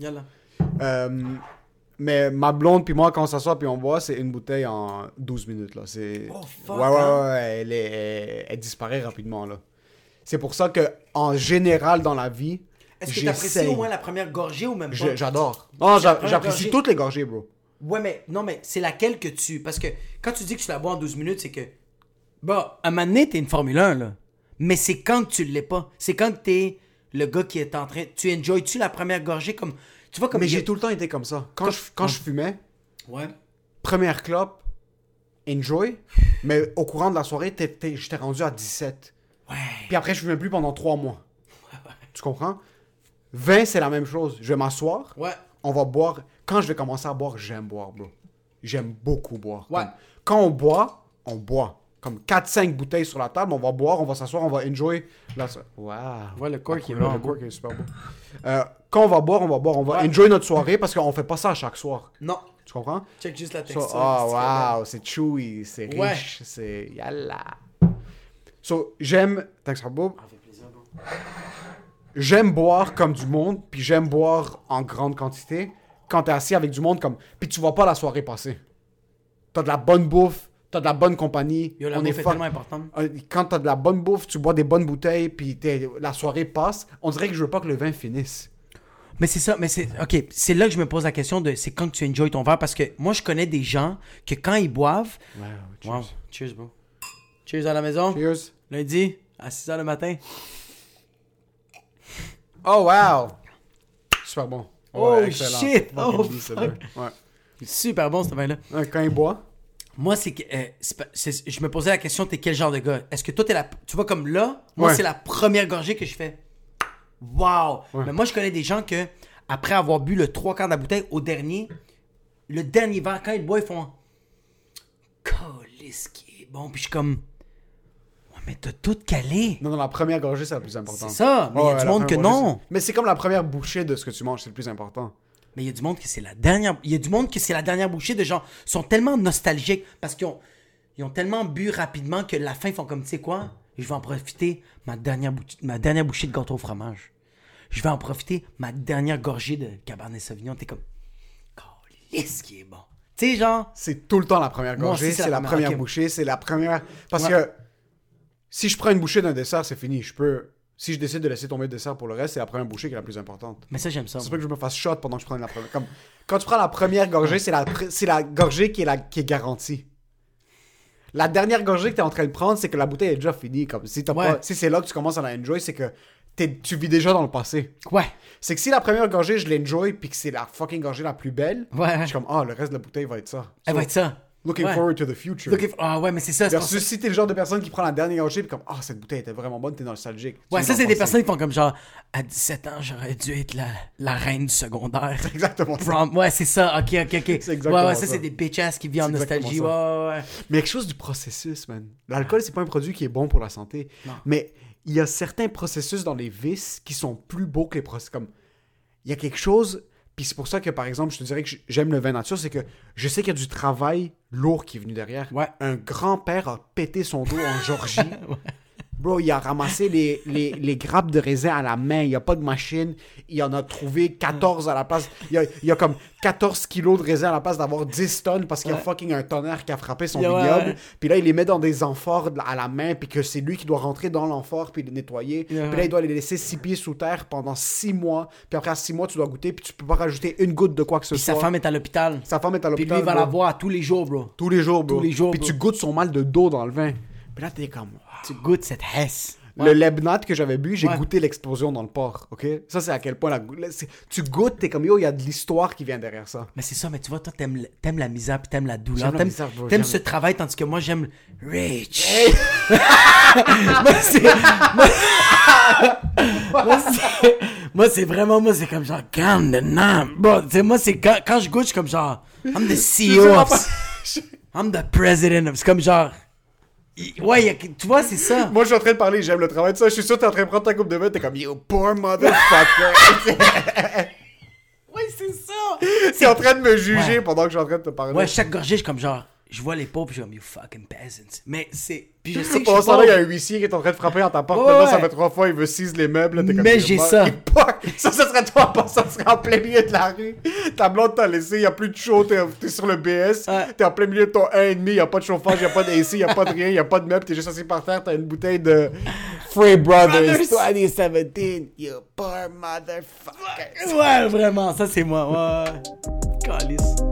Mais ma blonde puis moi, quand on s'assoit puis on boit, c'est une bouteille en 12 minutes, là. C'est... Oh, fuck, ouais, elle disparaît rapidement, là. C'est pour ça que en général, dans la vie, est-ce que t'apprécies au moins la première gorgée ou même pas? J'adore. Non, j'apprécie toutes les gorgées, bro. Ouais, mais non, mais c'est laquelle que tu... Parce que quand tu dis que tu la bois en 12 minutes, c'est que... Bah, à un moment donné, t'es une Formule 1, là. Mais c'est quand que tu l'es pas. C'est quand t'es le gars qui est en train... Tu enjoy-tu la première gorgée comme... Tu vois, comme... Mais j'ai tout le temps été comme ça. Quand je fumais, ouais. Première clope, enjoy. Mais au courant de la soirée, j'étais rendu à 17. Ouais. Puis après, je fumais plus pendant 3 mois. Ouais. Tu comprends? 20, c'est la même chose. Je vais m'asseoir. Ouais. On va boire. Quand je vais commencer à boire, j'aime boire, bro. J'aime beaucoup boire. Ouais. Quand on boit. Comme 4-5 bouteilles sur la table, on va boire, on va s'asseoir, on va enjoy. Wow. Ouais, le cork est bon. Le cork est super beau. Quand on va boire, on va enjoy notre soirée parce qu'on fait pas ça à chaque soir. Non. Tu comprends? Check juste la texture. Wow, c'est chewy, c'est riche, c'est... Yalla. So, j'aime... Thanks, Harbo. Ça fait plaisir, bro. J'aime boire comme du monde, puis j'aime boire en grande quantité quand t'es assis avec du monde comme... Puis tu vois pas la soirée passer. T'as de la bonne bouffe, t'as de la bonne compagnie. Yo, la bouffe est tellement importante. Quand t'as de la bonne bouffe, tu bois des bonnes bouteilles, puis la soirée passe. On dirait que je veux pas que le vin finisse. Mais c'est ça, ok, c'est là que je me pose la question de c'est quand tu enjoy ton verre, parce que moi je connais des gens que quand ils boivent... Cheers. Wow, cheers, bro. Cheers à la maison. Cheers. Lundi, à 6h le matin. Oh, wow. Super bon. Oh, excellent. shit. Oh, fuck. Ouais. Super bon, ce vin-là. Quand il boit... Moi, c'est que je me posais la question, t'es quel genre de gars? Est-ce que toi, tu vois comme là, moi, c'est la première gorgée que je fais. Wow! Ouais. Mais moi, je connais des gens que, après avoir bu le 3/4 de la bouteille, le dernier verre, quand ils boivent, ils font Calisse qui est bon. Puis je suis comme, ouais, mais t'as tout calé. Non, la première gorgée, c'est la plus importante. C'est ça, mais il y a du monde que non. Mais c'est comme la première bouchée de ce que tu manges, c'est le plus important. Mais il y a du monde que c'est la dernière. Il y a du monde que c'est la dernière bouchée de gens. Ils sont tellement nostalgiques parce qu'ils ont tellement bu rapidement que la fin, ils font comme, tu sais quoi? Je vais en profiter ma dernière bouchée de gâteau au fromage. Je vais en profiter ma dernière gorgée de Cabernet Sauvignon. T'es comme, calisse qui est bon. Tu sais, genre. C'est tout le temps la première gorgée, c'est la première bouchée, c'est la première. Parce que si je prends une bouchée d'un dessert, c'est fini. Si je décide de laisser tomber le dessert pour le reste, c'est la première bouchée qui est la plus importante. Mais ça, j'aime ça. C'est pas que je me fasse shot pendant que je prends la première. Comme, quand tu prends la première gorgée, c'est la gorgée qui est garantie. La dernière gorgée que tu es en train de prendre, c'est que la bouteille est déjà finie. Comme, si c'est là que tu commences à la enjoy, c'est que tu vis déjà dans le passé. Ouais. C'est que si la première gorgée, je l'enjoy, puis que c'est la fucking gorgée la plus belle, je suis comme, le reste de la bouteille va être ça. Elle va être ça. Looking forward to the future. Ouais, mais c'est ça. Versus si t'es le genre de personne qui prend la dernière gorgée, puis comme, cette bouteille était vraiment bonne, t'es nostalgique. Ouais, ça, c'est des personnes qui font comme genre, à 17 ans, j'aurais dû être la reine du secondaire. C'est exactement ça. Ouais, c'est ça. Ok. C'est exactement ouais, ça, c'est des bitch-ass qui vivent en nostalgie. Ouais. Mais quelque chose du processus, man. L'alcool, c'est pas un produit qui est bon pour la santé. Non. Mais il y a certains processus dans les vices qui sont plus beaux que les processus. Comme, il y a quelque chose... Puis c'est pour ça que, par exemple, je te dirais que j'aime le vin nature, c'est que je sais qu'il y a du travail lourd qui est venu derrière. Ouais. Un grand-père a pété son dos en Georgie Bro, il a ramassé les grappes de raisin à la main. Il n'y a pas de machine. Il en a trouvé 14 à la place. Il y a comme 14 kilos de raisin à la place d'avoir 10 tonnes parce qu'il y a fucking un tonnerre qui a frappé son vignoble. Puis là, il les met dans des amphores à la main. Puis que c'est lui qui doit rentrer dans l'amphore puis les nettoyer. Puis là, il doit les laisser 6 pieds sous terre pendant 6 mois. Puis après, à 6 mois, tu dois goûter. Puis tu peux pas rajouter une goutte de quoi que ce Puis soit. sa femme est à l'hôpital. Sa femme est à Puis l'hôpital. lui, il va bro. la voir tous les jours, bro. Tous les jours, bro. Tous les jours, Puis bro. tu goûtes son mal de dos dans le vin. Puis là, t'es comme... Tu goûtes cette hesse. Le Lebnat que j'avais bu, j'ai Ouais. goûté l'explosion dans le porc, ok? Ça, c'est à quel point tu goûtes, t'es comme, yo, il y a de l'histoire qui vient derrière ça. Mais c'est ça, mais tu vois, toi, t'aimes la misère puis t'aimes la douleur. J'aime la T'aimes misère, bro, t'aimes j'aime. ce travail, tandis que moi, j'aime Rich. Moi, c'est vraiment, moi, c'est comme genre, calme the nam. Bon, tu sais, moi, c'est quand je goûte, je suis comme genre, I'm the CEO I'm the president of... C'est comme genre... Ouais, tu vois, c'est ça. Moi, je suis en train de parler, j'aime le travail de ça. Je suis sûr que t'es en train de prendre ta coupe de vin, t'es comme, yo, poor motherfucker. Ouais, c'est ça. T'es en train de me juger Ouais. pendant que je suis en train de te parler. Ouais, chaque gorgée, je suis comme genre... Je vois les pauvres, puis je suis comme, you fucking peasants. Mais c'est... Puis je sais que je Pendant suis ce temps-là, il y a pauvre. un huissier qui est en train de frapper à ta porte. Ouais, Maintenant, ouais. ça fait 3 fois, il veut seize les meubles. Là, t'es comme, Mais il j'ai est ça. mort. Il part. Ça serait toi en passant, ça serait en plein milieu de la rue. Ta blonde t'a laissé, il n'y a plus de chaud, t'es sur le BS. Ouais. T'es en plein milieu de ton 1,5, il n'y a pas de chauffage, il n'y a pas d'AC, il n'y a pas de rien, il n'y a pas de meubles, t'es juste assis par terre, t'as une bouteille de Free Brothers 2017. You poor motherfucker. Ouais, vraiment, ça c'est moi. Ouais. Calice.